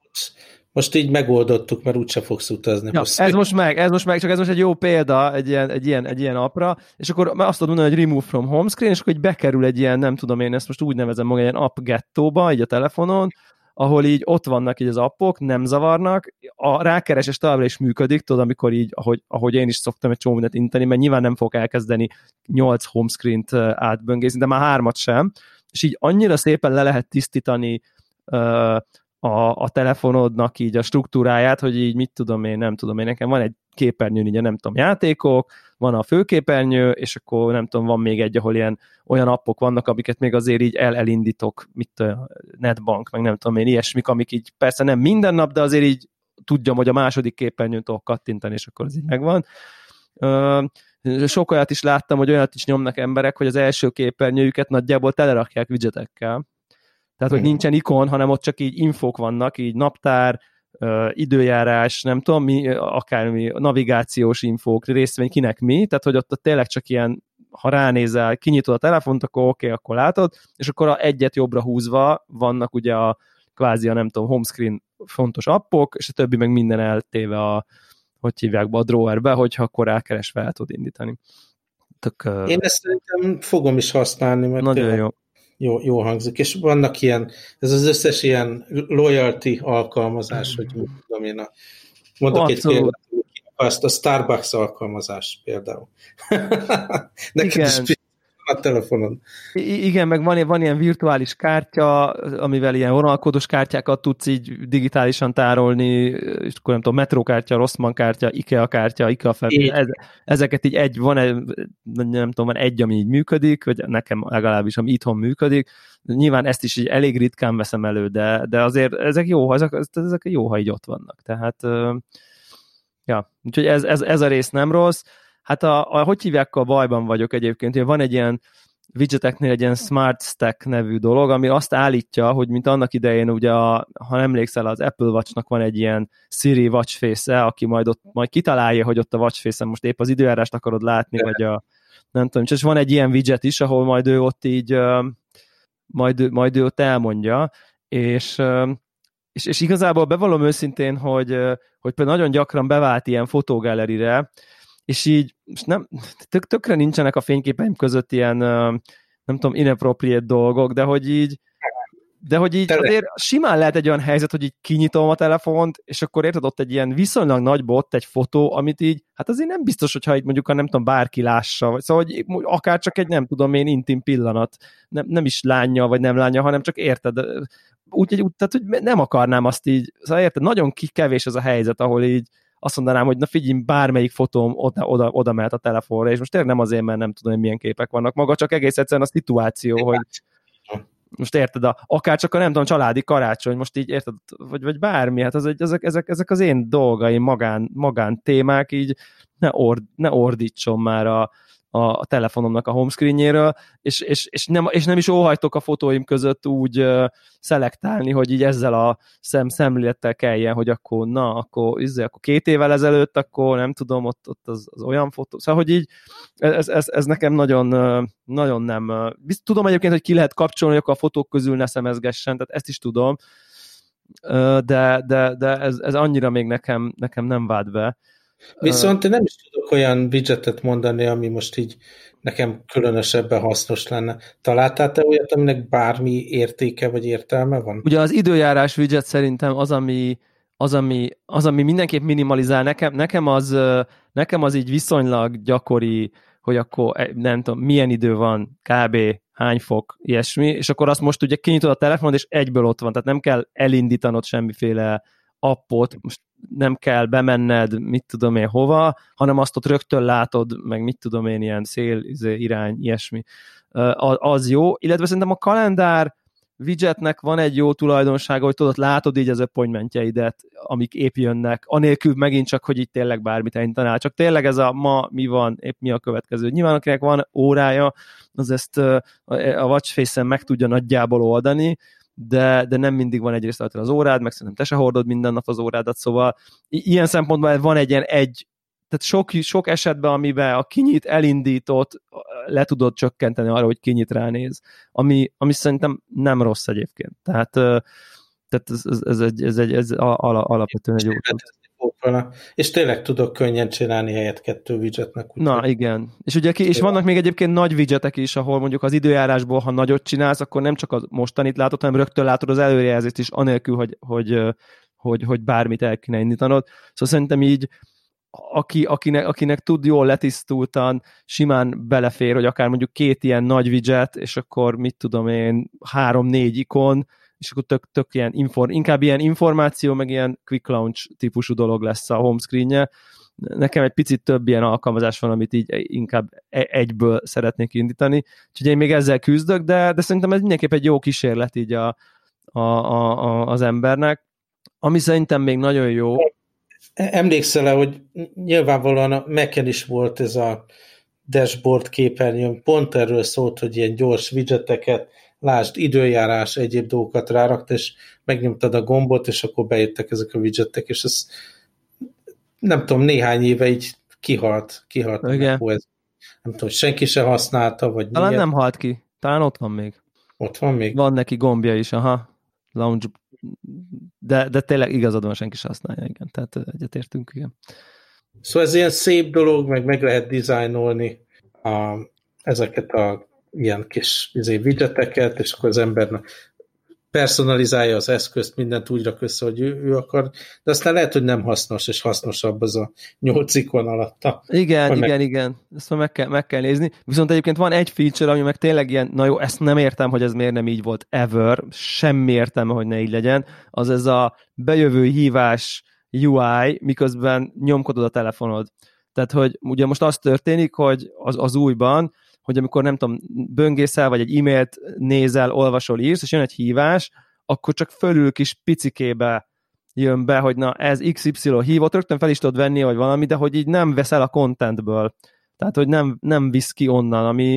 Most így megoldottuk, mert úgyse fogsz utazni. Ja, ez most meg, ez most meg, csak ez most egy jó példa egy ilyen, egy ilyen, egy ilyen appra, és akkor azt tudod mondani, hogy remove from home screen, és akkor így bekerül egy ilyen, nem tudom én, ezt most úgy nevezem maga, egy ilyen app gettóba, így a telefonon, ahol így ott vannak így az appok, nem zavarnak, a rákeresés továbbra is működik, tudod, amikor így, ahogy, ahogy én is szoktam egy csomó mindent inteni, mert nyilván nem fogok elkezdeni nyolc home screen-t átböngészni, de már hármat sem, és így annyira szépen le lehet tisztítani uh, a, a telefonodnak így a struktúráját, hogy így mit tudom én, nem tudom én, nekem van egy képernyőn, ugye nem tudom, játékok, van a főképernyő, és akkor nem tudom, van még egy, ahol ilyen olyan appok vannak, amiket még azért így el elindítok, mit a netbank, meg nem tudom én, ilyesmik, amik így persze nem minden nap, de azért így tudjam, hogy a második képernyőn tudok kattintani, és akkor ez így megvan. Sok olyat is láttam, hogy olyat is nyomnak emberek, hogy az első képernyőjüket nagyjából telerakják widgetekkel. Tehát, hogy nincsen ikon, hanem ott csak így infók vannak, így naptár, időjárás, nem tudom, mi, akármi, navigációs infók, részvény, kinek mi, tehát, hogy ott tényleg csak ilyen, ha ránézel, kinyitod a telefont, akkor oké, okay, akkor látod, és akkor a egyet jobbra húzva vannak ugye a kvázi a nem tudom, homescreen fontos appok, és a többi meg minden eltéve a, hogy hívják be, a drawerbe, hogyha akkor elkeresve el tud indítani. Tök, Én ezt szerintem fogom is használni, mert nagyon jó. Jó, jó hangzik, és vannak ilyen, ez az összes ilyen loyalty alkalmazás, hogy mit tudom én, a, mondok Abszolút. egy példát, azt a Starbucks alkalmazás például. Neked is a telefonon. I- igen, meg van, van ilyen virtuális kártya, amivel ilyen vonalkódos kártyákat tudsz így digitálisan tárolni, és akkor nem tudom, metrókártya, Rossmann kártya, IKEA kártya, IKEA fel, ez, ezeket így egy, van egy, nem tudom, van egy, ami így működik, vagy nekem legalábbis, ami itthon működik. Nyilván ezt is így elég ritkán veszem elő, de, de azért ezek jó, ezek, ezek jó, ha így ott vannak. Tehát, ja, úgyhogy ez, ez, ez a rész nem rossz. Hát a, a, hogy hívják, a bajban vagyok egyébként, hogy van egy ilyen widgeteknél egy ilyen Smart Stack nevű dolog, ami azt állítja, hogy mint annak idején, ugye, a, ha emlékszel, az Apple Watch-nak van egy ilyen Siri watch face-e, aki majd ott majd kitalálja, hogy ott a watch face-en most épp az időjárást akarod látni, vagy a nem tudom, és van egy ilyen widget is, ahol majd ő ott így majd, majd ő ott elmondja, és És, és igazából bevallom őszintén, hogy, hogy például nagyon gyakran bevált ilyen fotógallerire, és így nem, tök, tökre nincsenek a fényképeim között ilyen, nem tudom, inappropriate dolgok, de hogy így, de hogy így azért simán lehet egy olyan helyzet, hogy így kinyitom a telefont, és akkor érted, ott egy ilyen viszonylag nagy bot, egy fotó, amit így, hát azért nem biztos, hogyha így mondjuk, nem tudom, bárki lássa, vagy szóval, hogy akár csak egy, nem tudom én, intim pillanat, nem, nem is lánya, vagy nem lánya, hanem csak érted, úgy, úgy, tehát, hogy nem akarnám azt így, szóval érted, nagyon kevés az a helyzet, ahol így azt mondanám, hogy na figyelj, bármelyik fotóm oda, oda, oda mehet a telefonra, és most tényleg nem azért, mert nem tudom, hogy milyen képek vannak maga, csak egész egyszerűen a szituáció, hogy most érted, a, akár csak a nem tudom, családi karácsony, most így érted, vagy, vagy bármi, hát az, ezek, ezek, ezek az én dolgaim, magán, magán témák, így ne, ord, ne ordítson már a, a telefonomnak a homescreenjéről, és, és, és, nem, és nem is óhajtok a fotóim között úgy uh, szelektálni, hogy így ezzel a szem, szemlélettel kelljen, hogy akkor na, akkor, izé, akkor két évvel ezelőtt, akkor nem tudom, ott, ott az, az olyan fotó. Szóval, hogy így ez, ez, ez nekem nagyon, uh, nagyon nem... Uh, tudom egyébként, hogy ki lehet kapcsolni, hogy akkor a fotók közül ne szemezgessen, tehát ezt is tudom, uh, de, de, de ez, ez annyira még nekem, nekem nem vált be. Viszont én nem is tudok olyan widgetet mondani, ami most így nekem különösebben hasznos lenne. Találtál te olyat, aminek bármi értéke vagy értelme van? Ugye az időjárás widget szerintem az, ami, az, ami, az, ami mindenképp minimalizál. Nekem, nekem, az, nekem az így viszonylag gyakori, hogy akkor nem tudom, milyen idő van, kb. Hány fok, ilyesmi, és akkor azt most ugye kinyitod a telefonod, és egyből ott van, tehát nem kell elindítanod semmiféle appot, most nem kell bemenned, mit tudom én hova, hanem azt ott rögtön látod, meg mit tudom én, ilyen szél, irány, ilyesmi. Az jó, illetve szerintem a kalendár widgetnek van egy jó tulajdonsága, hogy tudod, látod így az appointmentjeidet, amik épp jönnek, anélkül megint csak, hogy itt tényleg bármit elindítanál, csak tényleg ez a ma mi van, épp mi a következő. Nyilván akinek van órája, az ezt a watchface-en meg tudja nagyjából oldani, de, de nem mindig van egyrészt az órád, meg szerintem te se hordod minden nap az órádat, szóval ilyen szempontból van egy ilyen egy, tehát sok, sok esetben, amiben a kinyit, elindított, le tudod csökkenteni arra, hogy kinyit ránéz, ami, ami szerintem nem rossz egyébként. Tehát, tehát ez, ez, ez, egy, ez, egy, ez alapvetően egy jó. És tényleg tudok könnyen csinálni helyett kettő widgetnek. Na, hogy... igen. És ugye és vannak még egyébként nagy widgetek is, ahol mondjuk az időjárásból, ha nagyot csinálsz, akkor nem csak a mostanit látod, hanem rögtön látod az előrejelzést is, anélkül, hogy, hogy, hogy, hogy bármit el kéne indítanod. Szóval szerintem így, aki, akinek, akinek tud jól letisztultan, simán belefér, hogy akár mondjuk két ilyen nagy widget, és akkor mit tudom én, három-négy ikon, és akkor tök, tök ilyen, infor, inkább ilyen információ, meg ilyen quick launch típusú dolog lesz a homescreenje, nekem egy picit több ilyen alkalmazás van, amit így inkább egyből szeretnék indítani, úgyhogy én még ezzel küzdök, de, de szerintem ez mindenképp egy jó kísérlet így a, a, a, a, az embernek, ami szerintem még nagyon jó. Emlékszel-e, hogy nyilvánvalóan a Mac-en is volt ez a dashboard képernyő, pont erről szólt, hogy ilyen gyors widgeteket, lásd, időjárás, egyéb dolgokat rárakt, és megnyomtad a gombot, és akkor bejöttek ezek a widgetek, és ez nem tudom, néhány éve így kihalt, kihalt. Igen. Ez, nem tudom, hogy senki se használta, vagy talán miért. nem halt ki, talán ott van még. Ott van még? Van neki gombja is, aha. Launch, de, de tényleg igazad van, senki se használja, igen. Tehát egyetértünk, igen. Szóval ez ilyen szép dolog, meg meg lehet dizájnolni a, ezeket a ilyen kis izé, widgeteket, és akkor az embernek personalizálja az eszközt, mindent úgy rak össze, hogy ő, ő akar, de aztán lehet, hogy nem hasznos, és hasznosabb az a nyolc ikon alatta. Igen, meg... igen, igen. Ezt meg kell, meg kell nézni. Viszont egyébként van egy feature, ami meg tényleg ilyen, na jó, ezt nem értem, hogy ez miért nem így volt ever, semmi értelme, hogy ne így legyen, az ez a bejövő hívás u i, miközben nyomkodod a telefonod. Tehát, hogy ugye most az történik, hogy az, az újban, hogy amikor nem tudom, böngészel, vagy egy e-mailt nézel, olvasol, írsz, és jön egy hívás, akkor csak fölül kis picikébe jön be, hogy na ez iksz ipszilon hívott, rögtön fel is tudod venni, vagy valami, de hogy így nem veszel a contentből. Tehát, hogy nem, nem visz ki onnan, ami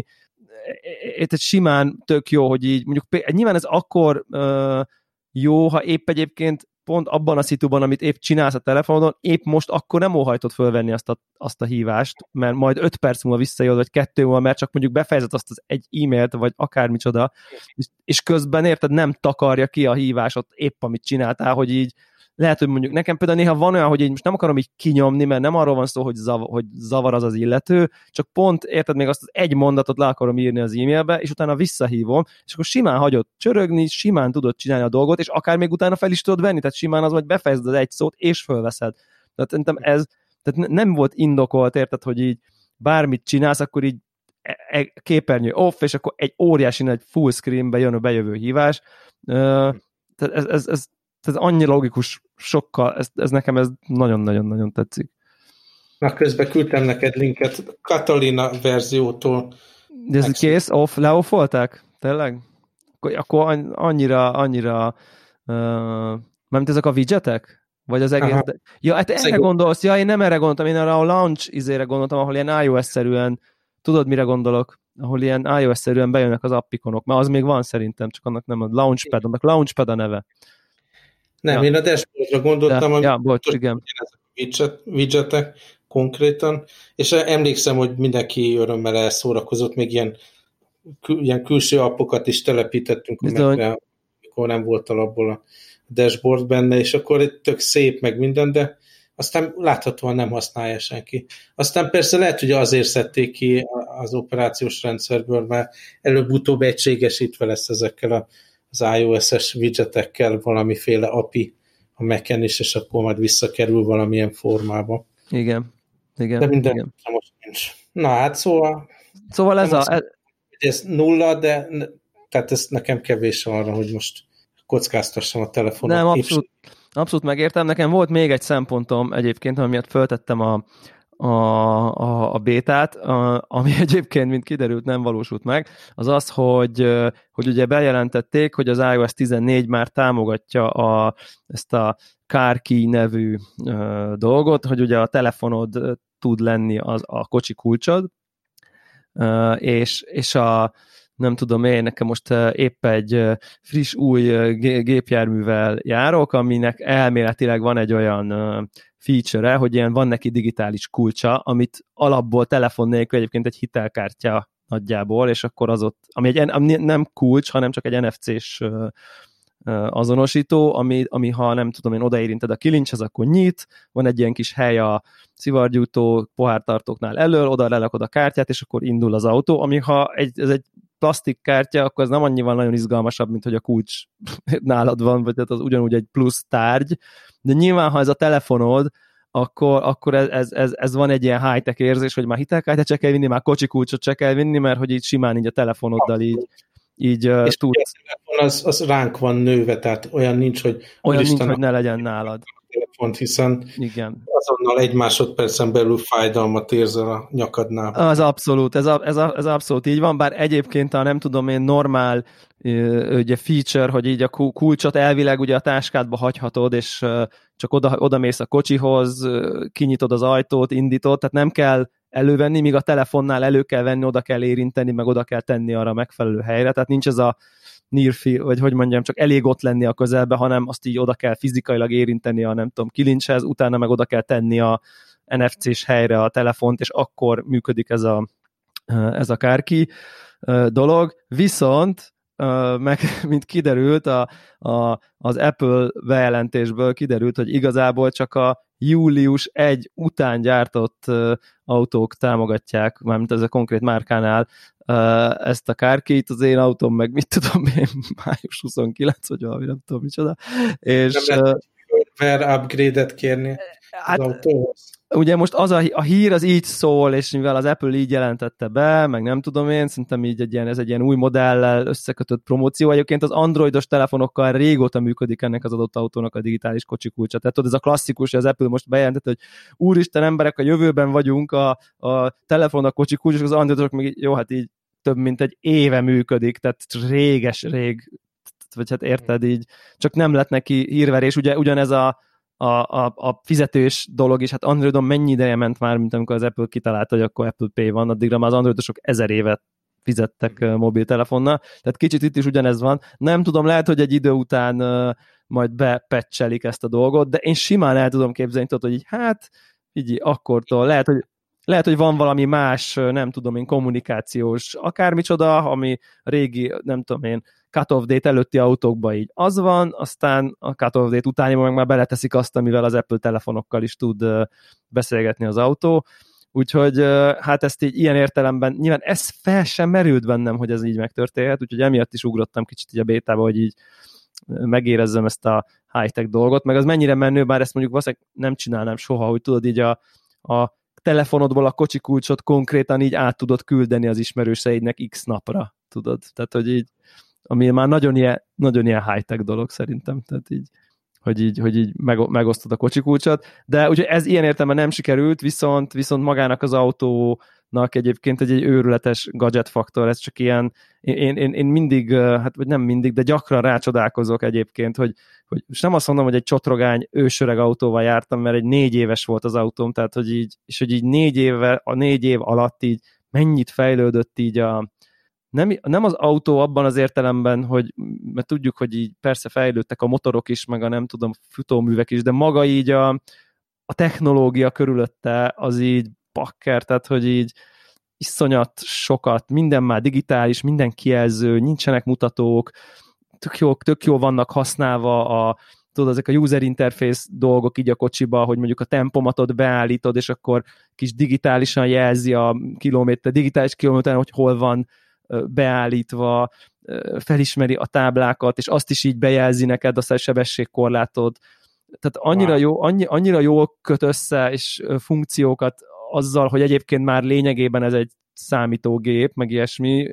egy simán tök jó, hogy így mondjuk nyilván ez akkor uh, jó, ha épp egyébként pont abban a szituban, amit épp csinálsz a telefonodon, épp most akkor nem óhajtod fölvenni azt a, azt a hívást, mert majd öt perc múlva visszajön, vagy kettő múlva, mert csak mondjuk befejezed azt az egy e-mailt, vagy akármicsoda, és, és közben érted, nem takarja ki a hívásot épp, amit csináltál, hogy így lehet, hogy mondjuk nekem például néha van olyan, hogy én most nem akarom így kinyomni, mert nem arról van szó, hogy, zav- hogy zavar az az illető, csak pont érted, még azt az egy mondatot le akarom írni az e-mailbe, és utána visszahívom, és akkor simán hagyod csörögni, simán tudod csinálni a dolgot, és akár még utána fel is tudod venni, tehát simán az, vagy befejezed az egy szót, és fölveszed. Tehát szerintem ez, tehát nem volt indokolt, érted, hogy így bármit csinálsz, akkor így képernyő off, és akkor egy óriási nagy full screenbe jön a bejövő hívás. Tehát ez, ez, ez ez annyira logikus, sokkal, ez, ez nekem ez nagyon-nagyon-nagyon tetszik. Na, közben küldtem neked linket Catalina verziótól. De ez Megsz... kész? Off, leoffolták? Tényleg? Akkor, akkor annyira, annyira uh, mármint ezek a widgetek? Vagy az egész... De... Ja, hát erre Szegó. Gondolsz? Ja, én nem erre gondoltam, én arra a launch izére gondoltam, ahol ilyen iOS-szerűen, tudod, mire gondolok? Ahol ilyen iOS-szerűen bejönnek az appikonok, mert az még van szerintem, csak annak nem a Launchpad, annak Launchpad a neve. Nem, ja. Én a dashboardra gondoltam, hogy ja, bocs, igen. Widget, widgetek konkrétan, és emlékszem, hogy mindenki örömmel elszórakozott, még ilyen, kül, ilyen külső appokat is telepítettünk, amikor nem volt alapból a dashboard benne, és akkor itt tök szép, meg minden, de aztán láthatóan nem használja senki. Aztán persze lehet, hogy azért szedték ki az operációs rendszerből, mert előbb-utóbb egységesítve lesz ezekkel a az iOS-es widgetekkel valamiféle á pé i a Mac-en is, és akkor majd visszakerül valamilyen formába. Igen. igen de minden igen. most nincs. Na hát szóval... Szóval ez a... Ez... ez nulla, de tehát ez nekem kevés arra, hogy most kockáztassam a telefonot. Nem, abszolút, abszolút megértem. Nekem volt még egy szempontom egyébként, ami miatt föltettem a a, a, a bétát, a, ami egyébként, mint kiderült, nem valósult meg, az az, hogy, hogy ugye bejelentették, hogy az iOS tizennégy már támogatja a, ezt a Car Key nevű uh, dolgot, hogy ugye a telefonod tud lenni az, a kocsi kulcsod, uh, és, és a nem tudom én, nekem most épp egy friss új gépjárművel járok, aminek elméletileg van egy olyan feature-e, hogy ilyen van neki digitális kulcsa, amit alapból telefon nélkül egyébként egy hitelkártya nagyjából, és akkor az ott, ami, egy, ami nem kulcs, hanem csak egy en ef cés azonosító, ami, ami ha nem tudom én odaérinted a kilincshez, akkor nyit, van egy ilyen kis hely a szivargyújtó pohártartóknál elől, oda lelakod a kártyát, és akkor indul az autó, ami ha egy, ez egy plastikkártya, akkor ez nem annyival nagyon izgalmasabb, mint hogy a kulcs nálad van, vagy tehát az ugyanúgy egy plusz tárgy, de nyilván, ha ez a telefonod, akkor, akkor ez, ez, ez, ez van egy ilyen high-tech érzés, hogy már hitelkártyát se kell vinni, már kocsi kulcsot se kell vinni, mert hogy így simán így a telefonoddal így, így és tudsz. A telefon az, az ránk van nőve, tehát olyan nincs, hogy olyan nincs, hogy ne legyen nálad. telefont, hiszen igen. azonnal egy másodpercen belül fájdalmat érzel a nyakadnál. Az abszolút, ez, a, ez, a, ez abszolút így van, bár egyébként a nem tudom én normál ugye feature, hogy így a kulcsot elvileg ugye a táskádba hagyhatod, és csak oda, oda mész a kocsihoz, kinyitod az ajtót, indítod, tehát nem kell elővenni, míg a telefonnál elő kell venni, oda kell érinteni, meg oda kell tenni arra a megfelelő helyre, tehát nincs ez a near field, vagy hogy mondjam, csak elég ott lenni a közelbe, hanem azt így oda kell fizikailag érinteni a nem tudom, kilincshez, utána meg oda kell tenni a en ef cés helyre a telefont, és akkor működik ez a, ez a kárki dolog. Viszont, meg mint kiderült, a, a, az Apple bejelentésből kiderült, hogy igazából csak a július elseje után gyártott autók támogatják, mármint ez a konkrét márkánál ezt a kárkit, az én autóm meg mit tudom én, május huszonkilencedike, vagy valami, nem tudom micsoda. És, nem lehet hardware upgrade-et kérni az hát, autóhoz? Ugye most az a, a hír az így szól, és mivel az Apple így jelentette be, meg nem tudom én, szerintem így egy ilyen, ez egy ilyen új modellel összekötött promóció. Egyébként az androidos telefonokkal régóta működik ennek az adott autónak a digitális kocsikulcsa. Tehát tudod, ez a klasszikus, hogy az Apple most bejelentette, hogy úristen emberek, a jövőben vagyunk, a, a telefon a kocsikulcs, és az androidosok még jó, hát így több mint egy éve működik, tehát réges-rég, vagy hát érted így, csak nem lett neki hírverés, ugye ugyanez a A, a, a fizetős dolog is, hát Androidon mennyi ideje ment már, mint amikor az Apple kitalálta, hogy akkor Apple Pay van, addigra már az androidosok ezer évet fizettek uh, mobiltelefonnal, tehát kicsit itt is ugyanez van. Nem tudom, lehet, hogy egy idő után uh, majd bepatchelik ezt a dolgot, de én simán el tudom képzelni, tudod, hogy így, hát, így akkortól, lehet, hogy lehet, hogy van valami más, nem tudom én, kommunikációs akármicsoda, ami régi, nem tudom én, cut-off date előtti autókban így az van, aztán a cut-off date utániban meg már beleteszik azt, amivel az Apple telefonokkal is tud beszélgetni az autó. Úgyhogy hát ezt így ilyen értelemben, nyilván ez fel sem merült bennem, hogy ez így megtörténhet, úgyhogy emiatt is ugrottam kicsit így a bétába, hogy így megérezzem ezt a high-tech dolgot, meg az mennyire menő, bár ezt mondjuk valószínűleg nem csinálnám soha, hogy tudod így a, a telefonodból a kocsikulcsot konkrétan így át tudod küldeni az ismerőseidnek x napra, tudod? Tehát, hogy így, ami már nagyon ilyen, nagyon ilyen high-tech dolog szerintem, tehát így, hogy így, hogy így meg, megosztod a kocsikulcsot, de ugye ez ilyen értelemben nem sikerült, viszont, viszont magának az autónak egyébként egy, egy őrületes gadget faktor, ez csak ilyen, én, én, én mindig, hát vagy nem mindig, de gyakran rácsodálkozok egyébként, hogy, hogy most nem azt mondom, hogy egy csotrogány ősöreg autóval jártam, mert egy négy éves volt az autóm, tehát hogy így, és hogy így négy éve, a négy év alatt így mennyit fejlődött így a Nem, nem az autó abban az értelemben, hogy mert tudjuk, hogy így persze fejlődtek a motorok is, meg a nem tudom, futóművek is, de maga így a, a technológia körülötte az így bakker, tehát hogy így iszonyat sokat, minden már digitális, minden kijelző, nincsenek mutatók, tök jó, tök jó vannak használva a tudod, ezek a user interface dolgok így a kocsiba, hogy mondjuk a tempomatot beállítod, és akkor kis digitálisan jelzi a kilométer, digitális kilométeren, hogy hol van beállítva, felismeri a táblákat, és azt is így bejelzi neked, azt a sebességkorlátod. Tehát annyira, wow. jó, annyi, annyira jól köt össze, és funkciókat azzal, hogy egyébként már lényegében ez egy számítógép, meg ilyesmi.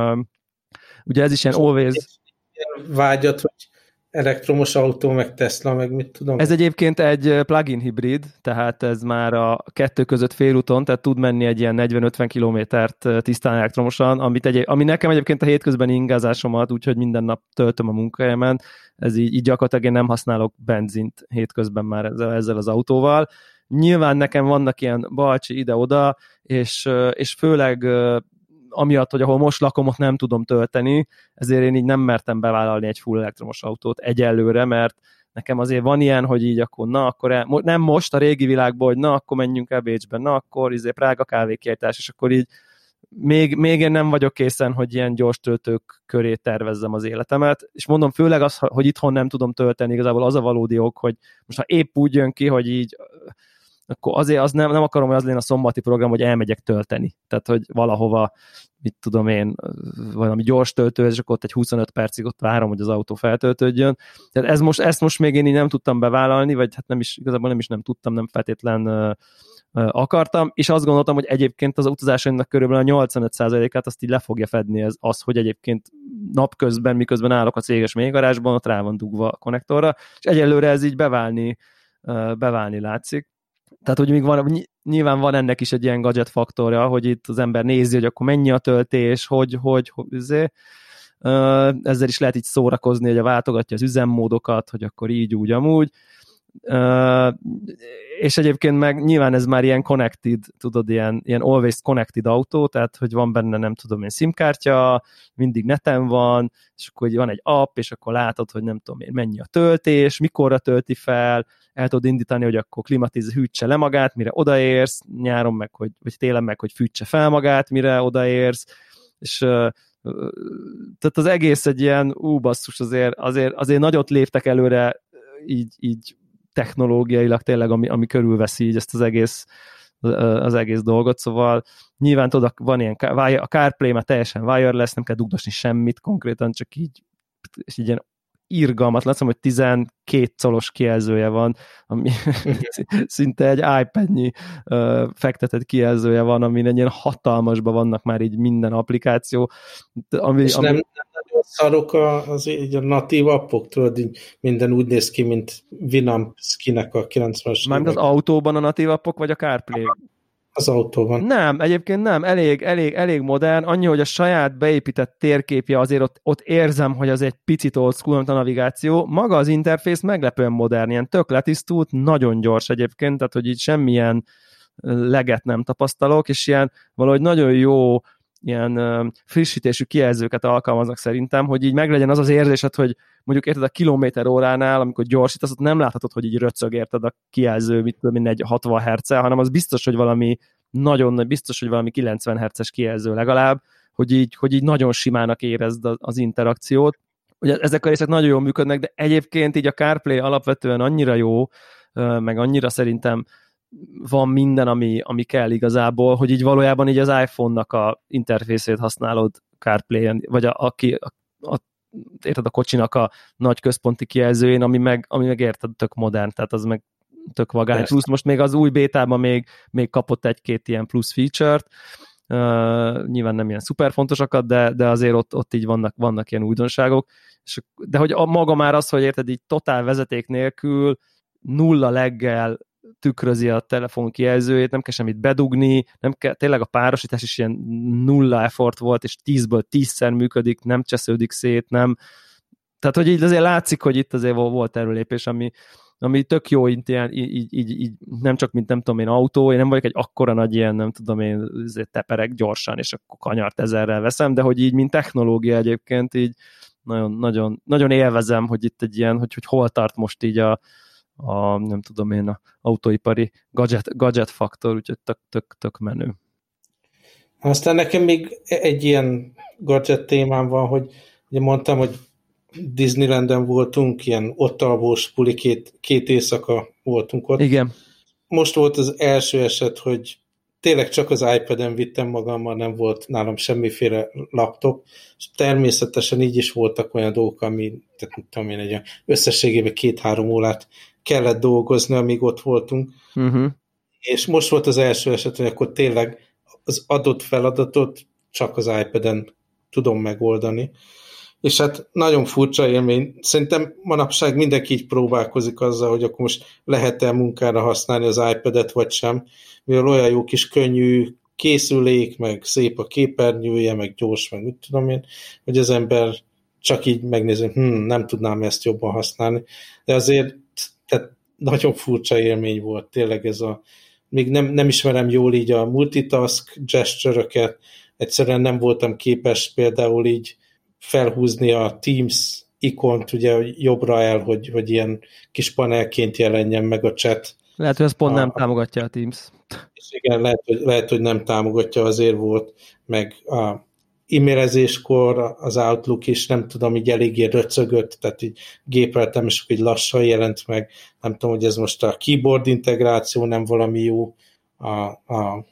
Ugye ez is ilyen always... Vágyat, hogy elektromos autó, meg Tesla, meg mit tudom. Ez egyébként egy plug-in hibrid, tehát ez már a kettő között félúton, tehát tud menni egy ilyen negyven-ötven kilométert tisztán elektromosan, amit egy, ami nekem egyébként a hétközbeni ingázásomat, úgyhogy minden nap töltöm a munkahelyemen, ez így, így gyakorlatilag én nem használok benzint hétközben már ezzel, ezzel az autóval. Nyilván nekem vannak ilyen balcsi ide-oda, és, és főleg amiatt, hogy ahol most lakom, ott nem tudom tölteni, ezért én így nem mertem bevállalni egy full elektromos autót egyelőre, mert nekem azért van ilyen, hogy így akkor na, akkor el, nem most a régi világban, hogy na, akkor menjünk el Bécsbe, na, akkor izé Prága kávékiáltás, és akkor így még, még én nem vagyok készen, hogy ilyen gyors töltők köré tervezzem az életemet, és mondom, főleg az, hogy itthon nem tudom tölteni, igazából az a valódi ok, hogy most ha épp úgy jön ki, hogy így akkor azért az nem, nem akarom, hogy az legyen a szombati program, hogy elmegyek tölteni. Tehát, hogy valahova, mit tudom én, valami gyors töltő, és akkor ott egy huszonöt percig ott várom, hogy az autó feltöltődjön. Tehát ez most, ezt most még én így nem tudtam bevállalni, vagy hát nem is, igazából nem is nem tudtam, nem feltétlen uh, uh, akartam, és azt gondoltam, hogy egyébként az utazásaimnak körülbelül a nyolcvanöt százalékát azt így le fogja fedni ez, az, hogy egyébként napközben, miközben állok a céges mélygarázsban, ott rá van dugva a konnektorra, és egyelőre ez így beválni beválni látszik. Tehát, hogy még van, nyilván van ennek is egy ilyen gadget faktorja, hogy itt az ember nézi, hogy akkor mennyi a töltés, hogy, hogy, hogy ezért. Ezzel is lehet így szórakozni, hogy a váltogatja az üzemmódokat, hogy akkor így, úgy, amúgy. És egyébként meg nyilván ez már ilyen connected, tudod, ilyen, ilyen always connected autó, tehát, hogy van benne, nem tudom én, SIM-kártya, mindig neten van, és akkor van egy app, és akkor látod, hogy nem tudom én, mennyi a töltés, mikorra tölti fel, el tudod indítani, hogy akkor klimatiz, hűtse le magát, mire odaérsz, nyáron meg, hogy, vagy télen meg, hogy fűtse fel magát, mire odaérsz, és tehát az egész egy ilyen, ú, basszus, azért, azért, azért nagyot léptek előre így, így technológiailag tényleg, ami, ami körülveszi így ezt az egész, az egész dolgot, szóval nyilván tudod, van ilyen, a CarPlay már teljesen wireless, nem kell dugdosni semmit konkrétan, csak így, és így ilyen irgalmat, látom, hogy tizenkét colos kijelzője van, ami szinte egy iPad-nyi uh, fektetett kijelzője van, amin egy ilyen hatalmasban vannak már így minden applikáció. Ami, és ami... nem, nem nagyon szarok az így a natív appok, tudod, így minden úgy néz ki, mint Winamp skinek a kilencvenes Mármint az autóban a natív appok, vagy a CarPlay? Az autóban. Nem, egyébként nem, elég, elég, elég modern, annyi, hogy a saját beépített térképje azért ott, ott érzem, hogy az egy picit old school, mint a navigáció. Maga az interfész meglepően modern, ilyen tök letisztult, nagyon gyors egyébként, tehát hogy így semmilyen leget nem tapasztalok, és ilyen valahogy nagyon jó ilyen uh, frissítésű kijelzőket alkalmaznak szerintem, hogy így meglegyen az az érzésed, hogy mondjuk érted a kilométer óránál, amikor gyorsítasz, ott nem láthatod, hogy így röcög érted a kijelző, mit tudom, egy hatvan hertzel, hanem az biztos, hogy valami nagyon, biztos, hogy valami kilencven hertzes kijelző legalább, hogy így, hogy így nagyon simának érezd az interakciót. Ugye ezek a részek nagyon jól működnek, de egyébként így a CarPlay alapvetően annyira jó, meg annyira szerintem van minden, ami, ami kell igazából, hogy így valójában így az iPhone-nak a interfészét használod CarPlay-en, vagy a, aki, a, a, érted a kocsinak a nagy központi kijelzőjén, ami meg, ami meg érted tök modern, tehát az meg tök vagány. Persze. Plusz most még az új bétában még, még kapott egy-két ilyen plusz feature-t, uh, nyilván nem ilyen szuper fontosakat, de, de azért ott, ott így vannak, vannak ilyen újdonságok, és, de hogy a maga már az, hogy érted így totál vezeték nélkül nulla leggel tükrözi a telefon kijelzőjét, nem kell semmit bedugni, nem kell, tényleg a párosítás is ilyen nulla effort volt, és tízből tízszer működik, nem csesződik szét, nem. Tehát, hogy így azért látszik, hogy itt azért volt erőlépés, ami, ami tök jó, így, így, így, így, nem csak, mint nem tudom én autó, én nem vagyok egy akkora nagy ilyen, nem tudom én, teperek gyorsan, és akkor kanyart ezerrel veszem, de hogy így, mint technológia egyébként, így nagyon, nagyon, nagyon élvezem, hogy itt egy ilyen, hogy, hogy hol tart most így a a, nem tudom én, a autóipari gadget, gadget faktor, úgyhogy tök, tök, tök menő. Aztán nekem még egy ilyen gadget témám van, hogy ugye mondtam, hogy Disneylanden voltunk, ilyen ott alvós puli, két, két éjszaka voltunk ott. Igen. Most volt az első eset, hogy tényleg csak az iPad-en vittem magammal, nem volt nálam semmiféle laptop, és természetesen így is voltak olyan dolgok, ami, tehát nem tudom én, egy összességében két-három órát kellett dolgozni, amíg ott voltunk. Uh-huh. És most volt az első eset, hogy akkor tényleg az adott feladatot csak az iPad-en tudom megoldani. És hát nagyon furcsa élmény. Szerintem manapság mindenki így próbálkozik azzal, hogy akkor most lehet-e munkára használni az iPad-et, vagy sem. Mivel olyan jó kis könnyű készülék, meg szép a képernyője, meg gyors, meg mit tudom én, hogy az ember csak így megnézi, hm, nem tudnám ezt jobban használni. De azért tehát nagyon furcsa élmény volt tényleg ez a, még nem, nem ismerem jól így a multitask gesture-öket, egyszerűen nem voltam képes például így felhúzni a Teams ikont ugye jobbra el, hogy, hogy ilyen kis panelként jelenjen meg a chat. Lehet, hogy ez pont a, nem támogatja a Teams. És igen, lehet hogy, lehet, hogy nem támogatja, azért volt, meg a e-mailezéskor az Outlook is, nem tudom, így eléggé röcögött, tehát így gépeltem, és így lassan jelent meg. Nem tudom, hogy ez most a keyboard integráció nem valami jó a, a,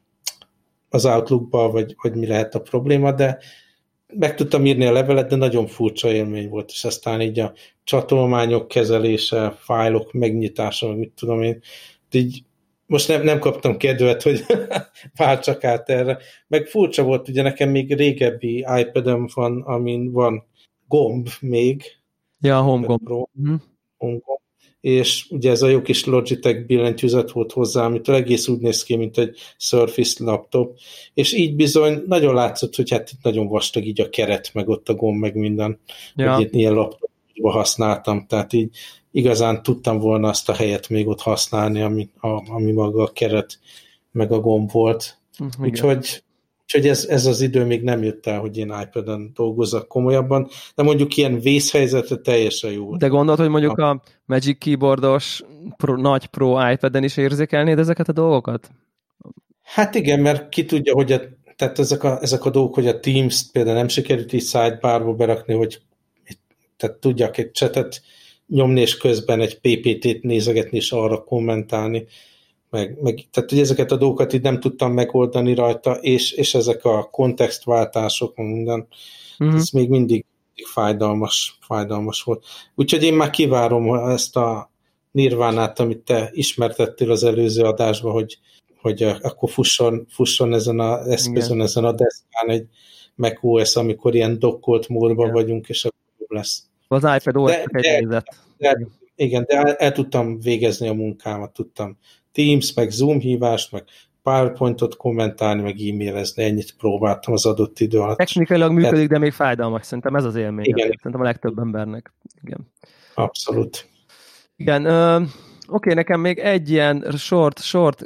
az Outlookba, vagy, vagy mi lehet a probléma, de meg tudtam írni a levelet, de nagyon furcsa élmény volt, és aztán így a csatolmányok kezelése, fájlok megnyitása, vagy mit tudom én, így most nem, nem kaptam kedvet, hogy váltsak át erre. Meg furcsa volt, ugye nekem még régebbi iPad-em van, amin van gomb még. Ja, a home gomb. Pro, mm. home gomb. és ugye ez a jó kis Logitech billentyűzet volt hozzá, amitől egész úgy néz ki, mint egy Surface laptop, és így bizony nagyon látszott, hogy hát itt nagyon vastag így a keret, meg ott a gomb, meg minden, ja. hogy itt ilyen laptopba használtam, tehát így igazán tudtam volna azt a helyet még ott használni, ami, a, ami maga a keret, meg a gomb volt. Igen. Úgyhogy Úgyhogy ez, ez az idő még nem jött el, hogy én iPad-en dolgozzak komolyabban, de mondjuk ilyen vészhelyzetre teljesen jó. De gondolod, hogy mondjuk a Magic Keyboardos pro, nagy Pro iPad-en is érzékelnéd ezeket a dolgokat? Hát igen, mert ki tudja, hogy a, tehát ezek, a, ezek a dolgok, hogy a Teams-t például nem sikerült így sidebarba berakni, hogy tehát tudjak egy chatet nyomni, és közben egy pé pé té-t nézegetni, és arra kommentálni. Meg, meg, tehát hogy ezeket a dolgokat így nem tudtam megoldani rajta, és, és ezek a kontextváltások, minden, uh-huh. ez még mindig fájdalmas, fájdalmas volt. Úgyhogy én már kivárom ezt a Nirvánát, amit te ismertettél az előző adásban, hogy, hogy akkor fusson, fusson ezen a eszközön, ezen a deszkán egy macOS, amikor ilyen dokkolt módban vagyunk, és akkor jobb lesz. Az iPad ó es egy nézet. De, igen, de el, el tudtam végezni a munkámat, tudtam Teams, meg Zoom hívást, meg PowerPointot kommentálni, meg e-mailezni, ennyit próbáltam az adott idő alatt. Technikailag működik, Tehát, de még fájdalmas. Szerintem ez az élmény. Igen. Szerintem a legtöbb embernek. Igen. Abszolút. Igen. Ö, oké, nekem még egy ilyen short, short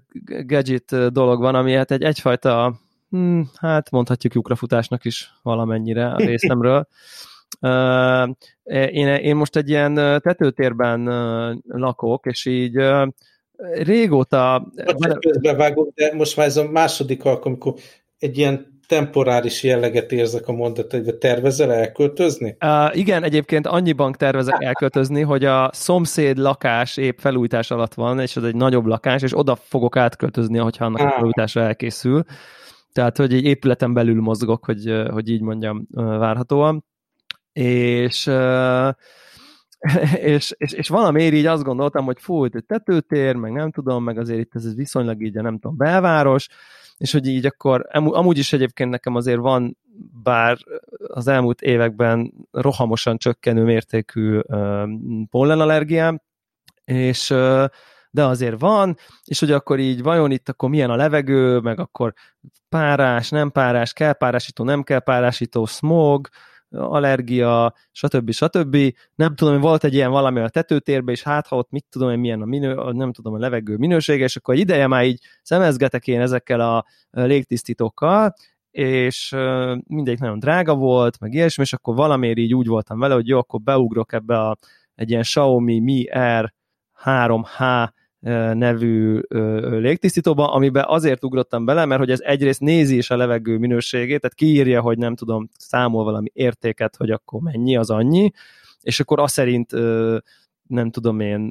gadget dolog van, ami hát egy egyfajta, hm, hát mondhatjuk lyukrafutásnak is valamennyire a részemről. Uh, én, én most egy ilyen tetőtérben uh, lakok, és így uh, régóta... Bocsánat, közbevágok, de most már ez a második alkalom, amikor egy ilyen temporáris jelleget érzek a mondatodban. Tervezel elköltözni? Uh, igen, egyébként annyiban tervezek elköltözni, hogy a szomszéd lakás épp felújítás alatt van, és ez egy nagyobb lakás, és oda fogok átköltözni, hogyha annak ah. a felújításra elkészül. Tehát, hogy egy épületen belül mozgok, hogy, hogy így mondjam, várhatóan. És, és, és, és valamiért így azt gondoltam, hogy fú, itt egy tetőtér, meg nem tudom, meg azért itt ez viszonylag így, nem tudom, belváros, és hogy így akkor, amúgy is egyébként nekem azért van, bár az elmúlt években rohamosan csökkenő mértékű pollenallergiám, és de azért van, és hogy akkor így vajon itt akkor milyen a levegő, meg akkor párás, nem párás, kell párásító, nem kell párásító, smog, allergia, stb. stb. Nem tudom, hogy volt egy ilyen valami a tetőtérben, és hát ha ott mit tudom, hogy milyen a, minő, nem tudom, a levegő minősége, és akkor ideje már így szemezgetek én ezekkel a légtisztítókkal, és mindegyik nagyon drága volt, meg ilyesmi, és akkor valamiért így úgy voltam vele, hogy jó, akkor beugrok ebbe a, egy ilyen Xiaomi Mi R három há nevű légtisztítóba, amiben azért ugrottam bele, mert hogy ez egyrészt nézi is a levegő minőségét, tehát kiírja, hogy nem tudom, számol valami értéket, hogy akkor mennyi, az annyi, és akkor azt szerint nem tudom én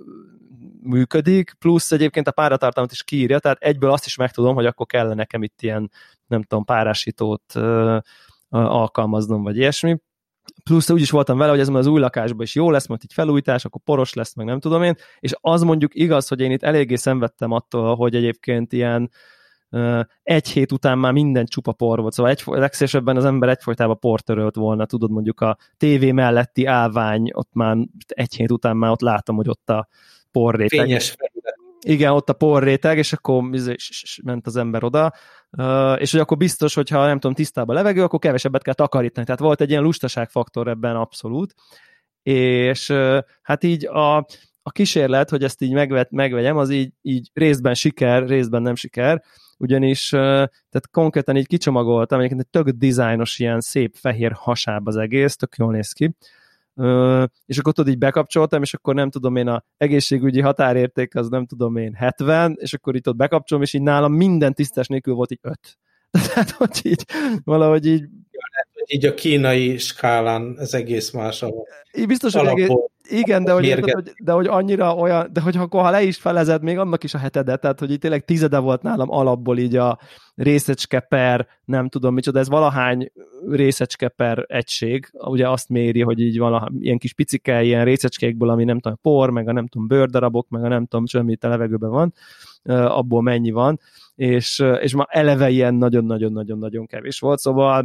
működik, plusz egyébként a páratartalmat is kiírja, tehát egyből azt is megtudom, hogy akkor kell nekem itt ilyen, nem tudom, párásítót alkalmaznom, vagy ilyesmi. Plusz úgy is voltam vele, hogy ez az új lakásban is jó lesz, majd így felújítás, akkor poros lesz, meg nem tudom én, és az mondjuk igaz, hogy én itt eléggé szenvedtem attól, hogy egyébként ilyen uh, egy hét után már minden csupa por volt, szóval egy, legszélesebben az ember egyfolytában port törölt volna, tudod, mondjuk a tévé melletti állvány, ott már egy hét után már ott látom, hogy ott a porréteg. Fényes felület. Igen, ott a porréteg, és akkor ment az ember oda, és hogy akkor biztos, hogyha nem tudom, tisztába a levegő, akkor kevesebbet kell takarítani. Tehát volt egy ilyen lustaságfaktor ebben abszolút, és hát így a, a kísérlet, hogy ezt így megvet, megvegyem, az így, így részben siker, részben nem siker, ugyanis tehát konkrétan így kicsomagoltam, egyébként egy tök dizájnos, ilyen szép fehér hasáb az egész, tök jól néz ki, Uh, és akkor tudod, így bekapcsoltam, és akkor nem tudom én, a egészségügyi határérték az nem tudom én hetven, és akkor itt ott bekapcsolom, és így nálam minden tisztás nélkül volt így öt. Tehát, hogy így valahogy így... Így a kínai skálán ez egész más. Így biztos, hogy egész... Igen, de hogy, érted, hogy, de hogy annyira olyan, de hogy akkor ha le is felezed, még annak is a hetedet, tehát hogy így tényleg tizede volt nálam alapból így a részecske per, nem tudom micsoda, ez valahány részecske per egység, ugye azt méri, hogy így valahány, ilyen kis picike, ilyen részecskékből, ami nem tudom, por, meg a nem tudom, bőrdarabok, meg a nem tudom, semmi itt a levegőben van, abból mennyi van, és, és ma eleve ilyen nagyon-nagyon-nagyon-nagyon kevés volt, szóval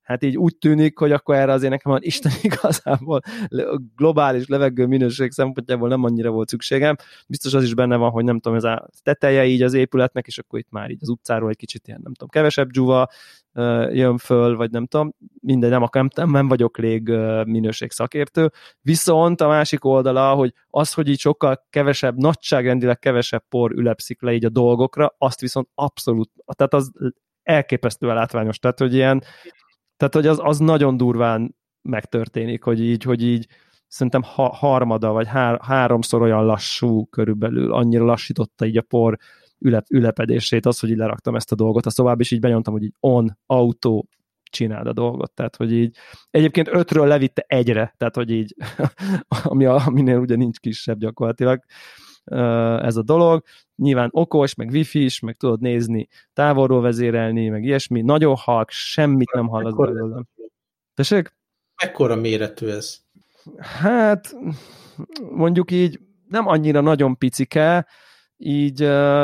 hát így úgy tűnik, hogy akkor erre azért nekem van Isten igazából globális levegő minőség szempontjából nem annyira volt szükségem. Biztos az is benne van, hogy nem tudom, ez a teteje így az épületnek, és akkor itt már így az utcáról egy kicsit ilyen, nem tudom, kevesebb dzsuva jön föl, vagy nem tudom, minden, nem, nem, nem vagyok lég minőség szakértő. Viszont a másik oldala, hogy az, hogy így sokkal kevesebb, nagyságrendileg kevesebb por ülepszik le így a dolgokra, azt viszont abszolút, tehát az elképesztően látványos, tehát hogy ilyen, tehát hogy az, az nagyon durván megtörténik, hogy így, hogy így szerintem ha, harmada, vagy há, háromszor olyan lassú körülbelül, annyira lassította így a por ülep, ülepedését, az, hogy így leraktam ezt a dolgot a szobába, és így benyomtam, hogy így on, autó, csináld a dolgot, tehát hogy így egyébként ötről levitte egyre, tehát hogy így ami a, aminél ugye nincs kisebb gyakorlatilag ez a dolog, nyilván okos, meg wifi is, meg tudod nézni, távolról vezérelni, meg ilyesmi, nagyon halk, semmit nem hallasz belőle. Tessék? Mekkora méretű ez? Hát mondjuk így nem annyira nagyon picike, így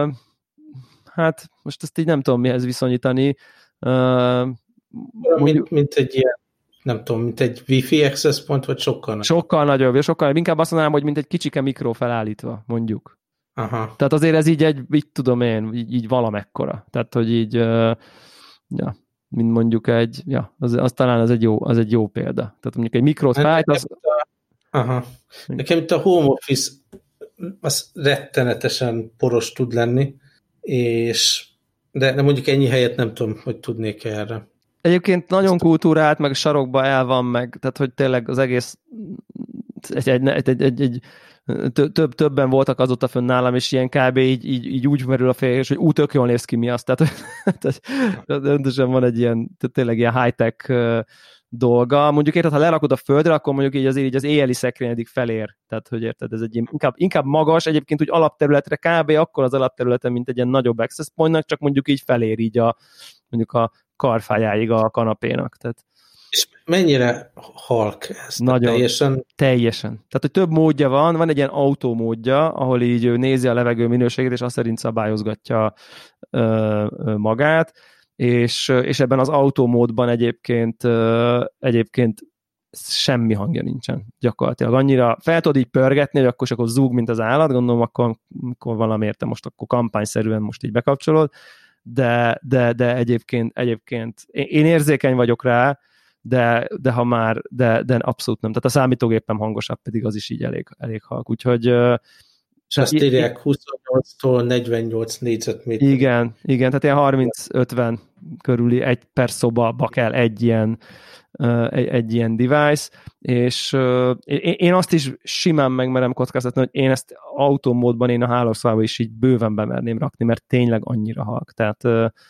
hát most ezt így nem tudom mihez viszonyítani. Mondjuk, mint, mint egy ilyen, nem tudom, mint egy Wi-Fi access point, vagy sokkal nagyobb? Sokkal nagyobb, és sokkal inkább azt mondanám, hogy mint egy kicsike mikro felállítva, mondjuk. Aha. Tehát azért ez így egy, így tudom én, így, így valamekkora. Tehát, hogy így, uh, ja, mint mondjuk egy, ja, az, az talán az egy jó, az egy jó példa. Tehát mondjuk egy mikrót fájt, az... Aha. Nekem itt a home office az rettenetesen poros tud lenni, és de, de mondjuk ennyi helyet nem tudom, hogy tudnék erre. Egyébként nagyon kultúrált, meg sarokba el van, meg, tehát hogy tényleg az egész egy, egy, egy, egy, egy, egy több, többen voltak azóta fönn nálam, és ilyen kb. így, így, így úgy merül a fejés, hogy ú, tök jól néz ki mi az. Tehát, tehát rendesen van egy ilyen, tényleg ilyen high-tech dolga. Mondjuk érted, ha lerakod a földre, akkor mondjuk így azért így az éjjeli szekrény eddig felér. Tehát, hogy érted, ez egy ilyen, inkább, inkább magas, egyébként úgy alapterületre kb. Akkor az alapterületen, mint egy ilyen nagyobb access pointnak, csak mondjuk így felér így a, mondjuk a karfájáig a kanapénak. Tehát, és mennyire halk ez? Nagyon, teljesen? Teljesen. Tehát, hogy több módja van, van egy ilyen autó módja, ahol így ő nézi a levegő minőségét, és azt szerint szabályozgatja ö, ö, magát, és, és ebben az autómódban egyébként, ö, egyébként semmi hangja nincsen gyakorlatilag. Annyira fel tudod így pörgetni, hogy akkor, akkor zúg, mint az állat, gondolom, akkor, akkor valamiért te most akkor kampányszerűen most így bekapcsolod, de, de, de egyébként, egyébként én érzékeny vagyok rá, de, de ha már, de, de abszolút nem. Tehát a számítógépem hangosabb, pedig az is így elég, elég halk. Úgyhogy... És azt írják huszonnyolctól negyvennyolc négyzetméter. Igen, igen, tehát ilyen harminc-ötven körüli egy per szobába kell egy ilyen, egy, egy ilyen device, és én azt is simán megmerem kockáztatni, hogy én ezt autómódban én a hálószobában is így bőven bemerném rakni, mert tényleg annyira halk. Tehát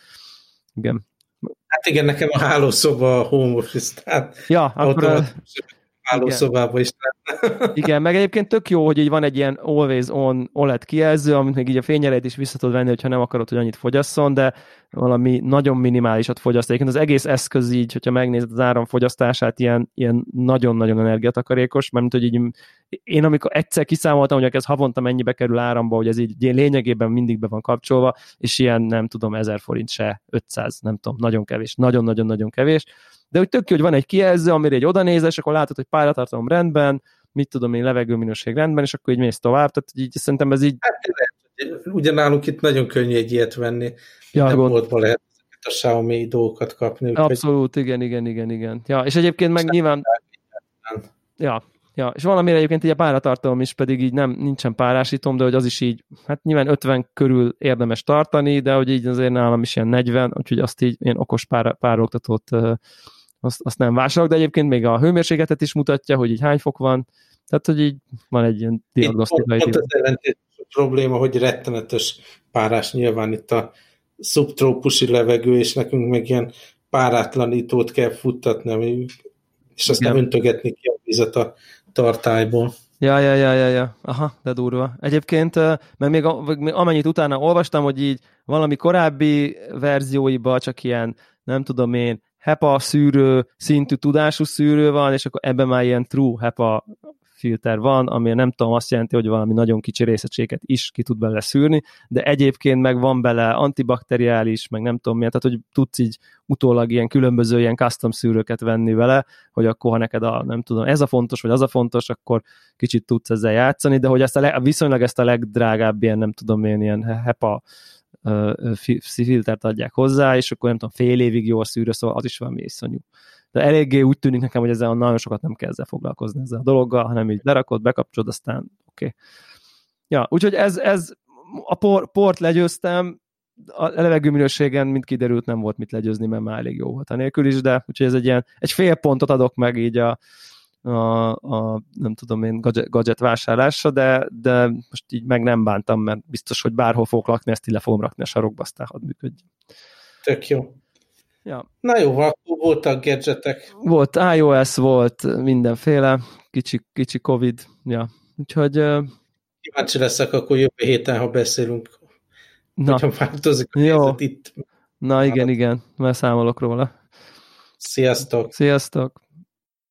igen. Hát igen, nekem a hálószoba a home office, tehát ja, akkor hálószobában is lenne. Igen, meg egyébként tök jó, hogy így van egy ilyen always on o el e dé kijelző, amit még így a fényerejét is vissza tudod venni, hogyha nem akarod, hogy annyit fogyasszon, de valami nagyon minimálisat fogyaszt. Egyébként az egész eszköz így, hogyha megnézed az áramfogyasztását, ilyen, ilyen nagyon-nagyon energiatakarékos, mert hogy így én amikor egyszer kiszámoltam, hogy ez havonta mennyibe kerül áramba, hogy ez így lényegében mindig be van kapcsolva, és ilyen nem tudom, ezer forint se, ötszáz, nem tudom, nagyon kevés, nagyon-nagyon-nagyon kevés. De úgy tök jó, hogy van egy kijelző, amire egy odanézes, és akkor látod, hogy páratartalom rendben, mit tudom én, levegőminőség rendben, és akkor így mész tovább. Tehát így szerintem ez így... Hát, ugyanálunk itt nagyon könnyű egy ilyet venni. Ja, nem boltban lehet a Xiaomi dolgokat kapni. Abszolút, hogy... igen, igen, igen, igen. Ja, és egyébként meg nyilván... Ja, ja, és valamire egyébként így a páratartalom is pedig így nem, nincsen párásítom, de hogy az is így, hát nyilván ötven körül érdemes tartani, de hogy így azért nálam is ilyen negyven, úgyhogy azt így ilyen okos pár, pároltatót azt, azt nem vásárolok, de egyébként még a hőmérsékletet is mutatja, hogy így hány fok van, tehát hogy így van egy ilyen diagnosztikai. Pont az ellentétes probléma, hogy rettenetes párás nyilván itt a szubtrópusi levegő, és nekünk meg ilyen párátlanítót kell futtatni, és aztán igen. Öntögetni ki a vizet a tartályból. Ja, ja, ja, ja, ja. Aha, de durva. Egyébként, meg még amennyit utána olvastam, hogy így valami korábbi verzióiban csak ilyen, nem tudom én, HEPA szűrő szintű tudású szűrő van, és akkor ebben már ilyen true HEPA filter van, ami nem tudom, azt jelenti, hogy valami nagyon kicsi részecséget is ki tud bele szűrni, de egyébként meg van bele antibakteriális, meg nem tudom milyen, tehát hogy tudsz így utólag ilyen különböző ilyen custom szűrőket venni vele, hogy akkor ha neked a, nem tudom, ez a fontos, vagy az a fontos, akkor kicsit tudsz ezzel játszani, de hogy ezt a le, viszonylag ezt a legdrágább ilyen, nem tudom én, ilyen HEPA filtert adják hozzá, és akkor nem tudom, fél évig jól szűrő, szóval az is valami iszonyú. De eléggé úgy tűnik nekem, hogy ezzel nagyon sokat nem kell ezzel foglalkozni ezzel a dologgal, hanem így lerakod, bekapcsolod, aztán oké. Okay. Ja, úgyhogy ez, ez a por, port legyőztem, a levegőminőségen, mint kiderült, nem volt mit legyőzni, mert már elég jó volt a nélkül is, de úgyhogy ez egy ilyen, egy fél pontot adok meg így a, a, a nem tudom én, gadget, gadget vásárlásra, de, de most így meg nem bántam, mert biztos, hogy bárhol fogok lakni, ezt így le fogom rakni a sarokba, aztán hadd működjön. Tök jó. Ja. Na jó, akkor voltak gadgetek. Volt iOS, volt mindenféle, kicsi, kicsi Covid, ja. Úgyhogy... Kíváncsi leszek, akkor jövő héten, ha beszélünk, na, hogyha változik a jó. helyzet itt. Na igen, igen, mert számolok róla. Sziasztok! Sziasztok!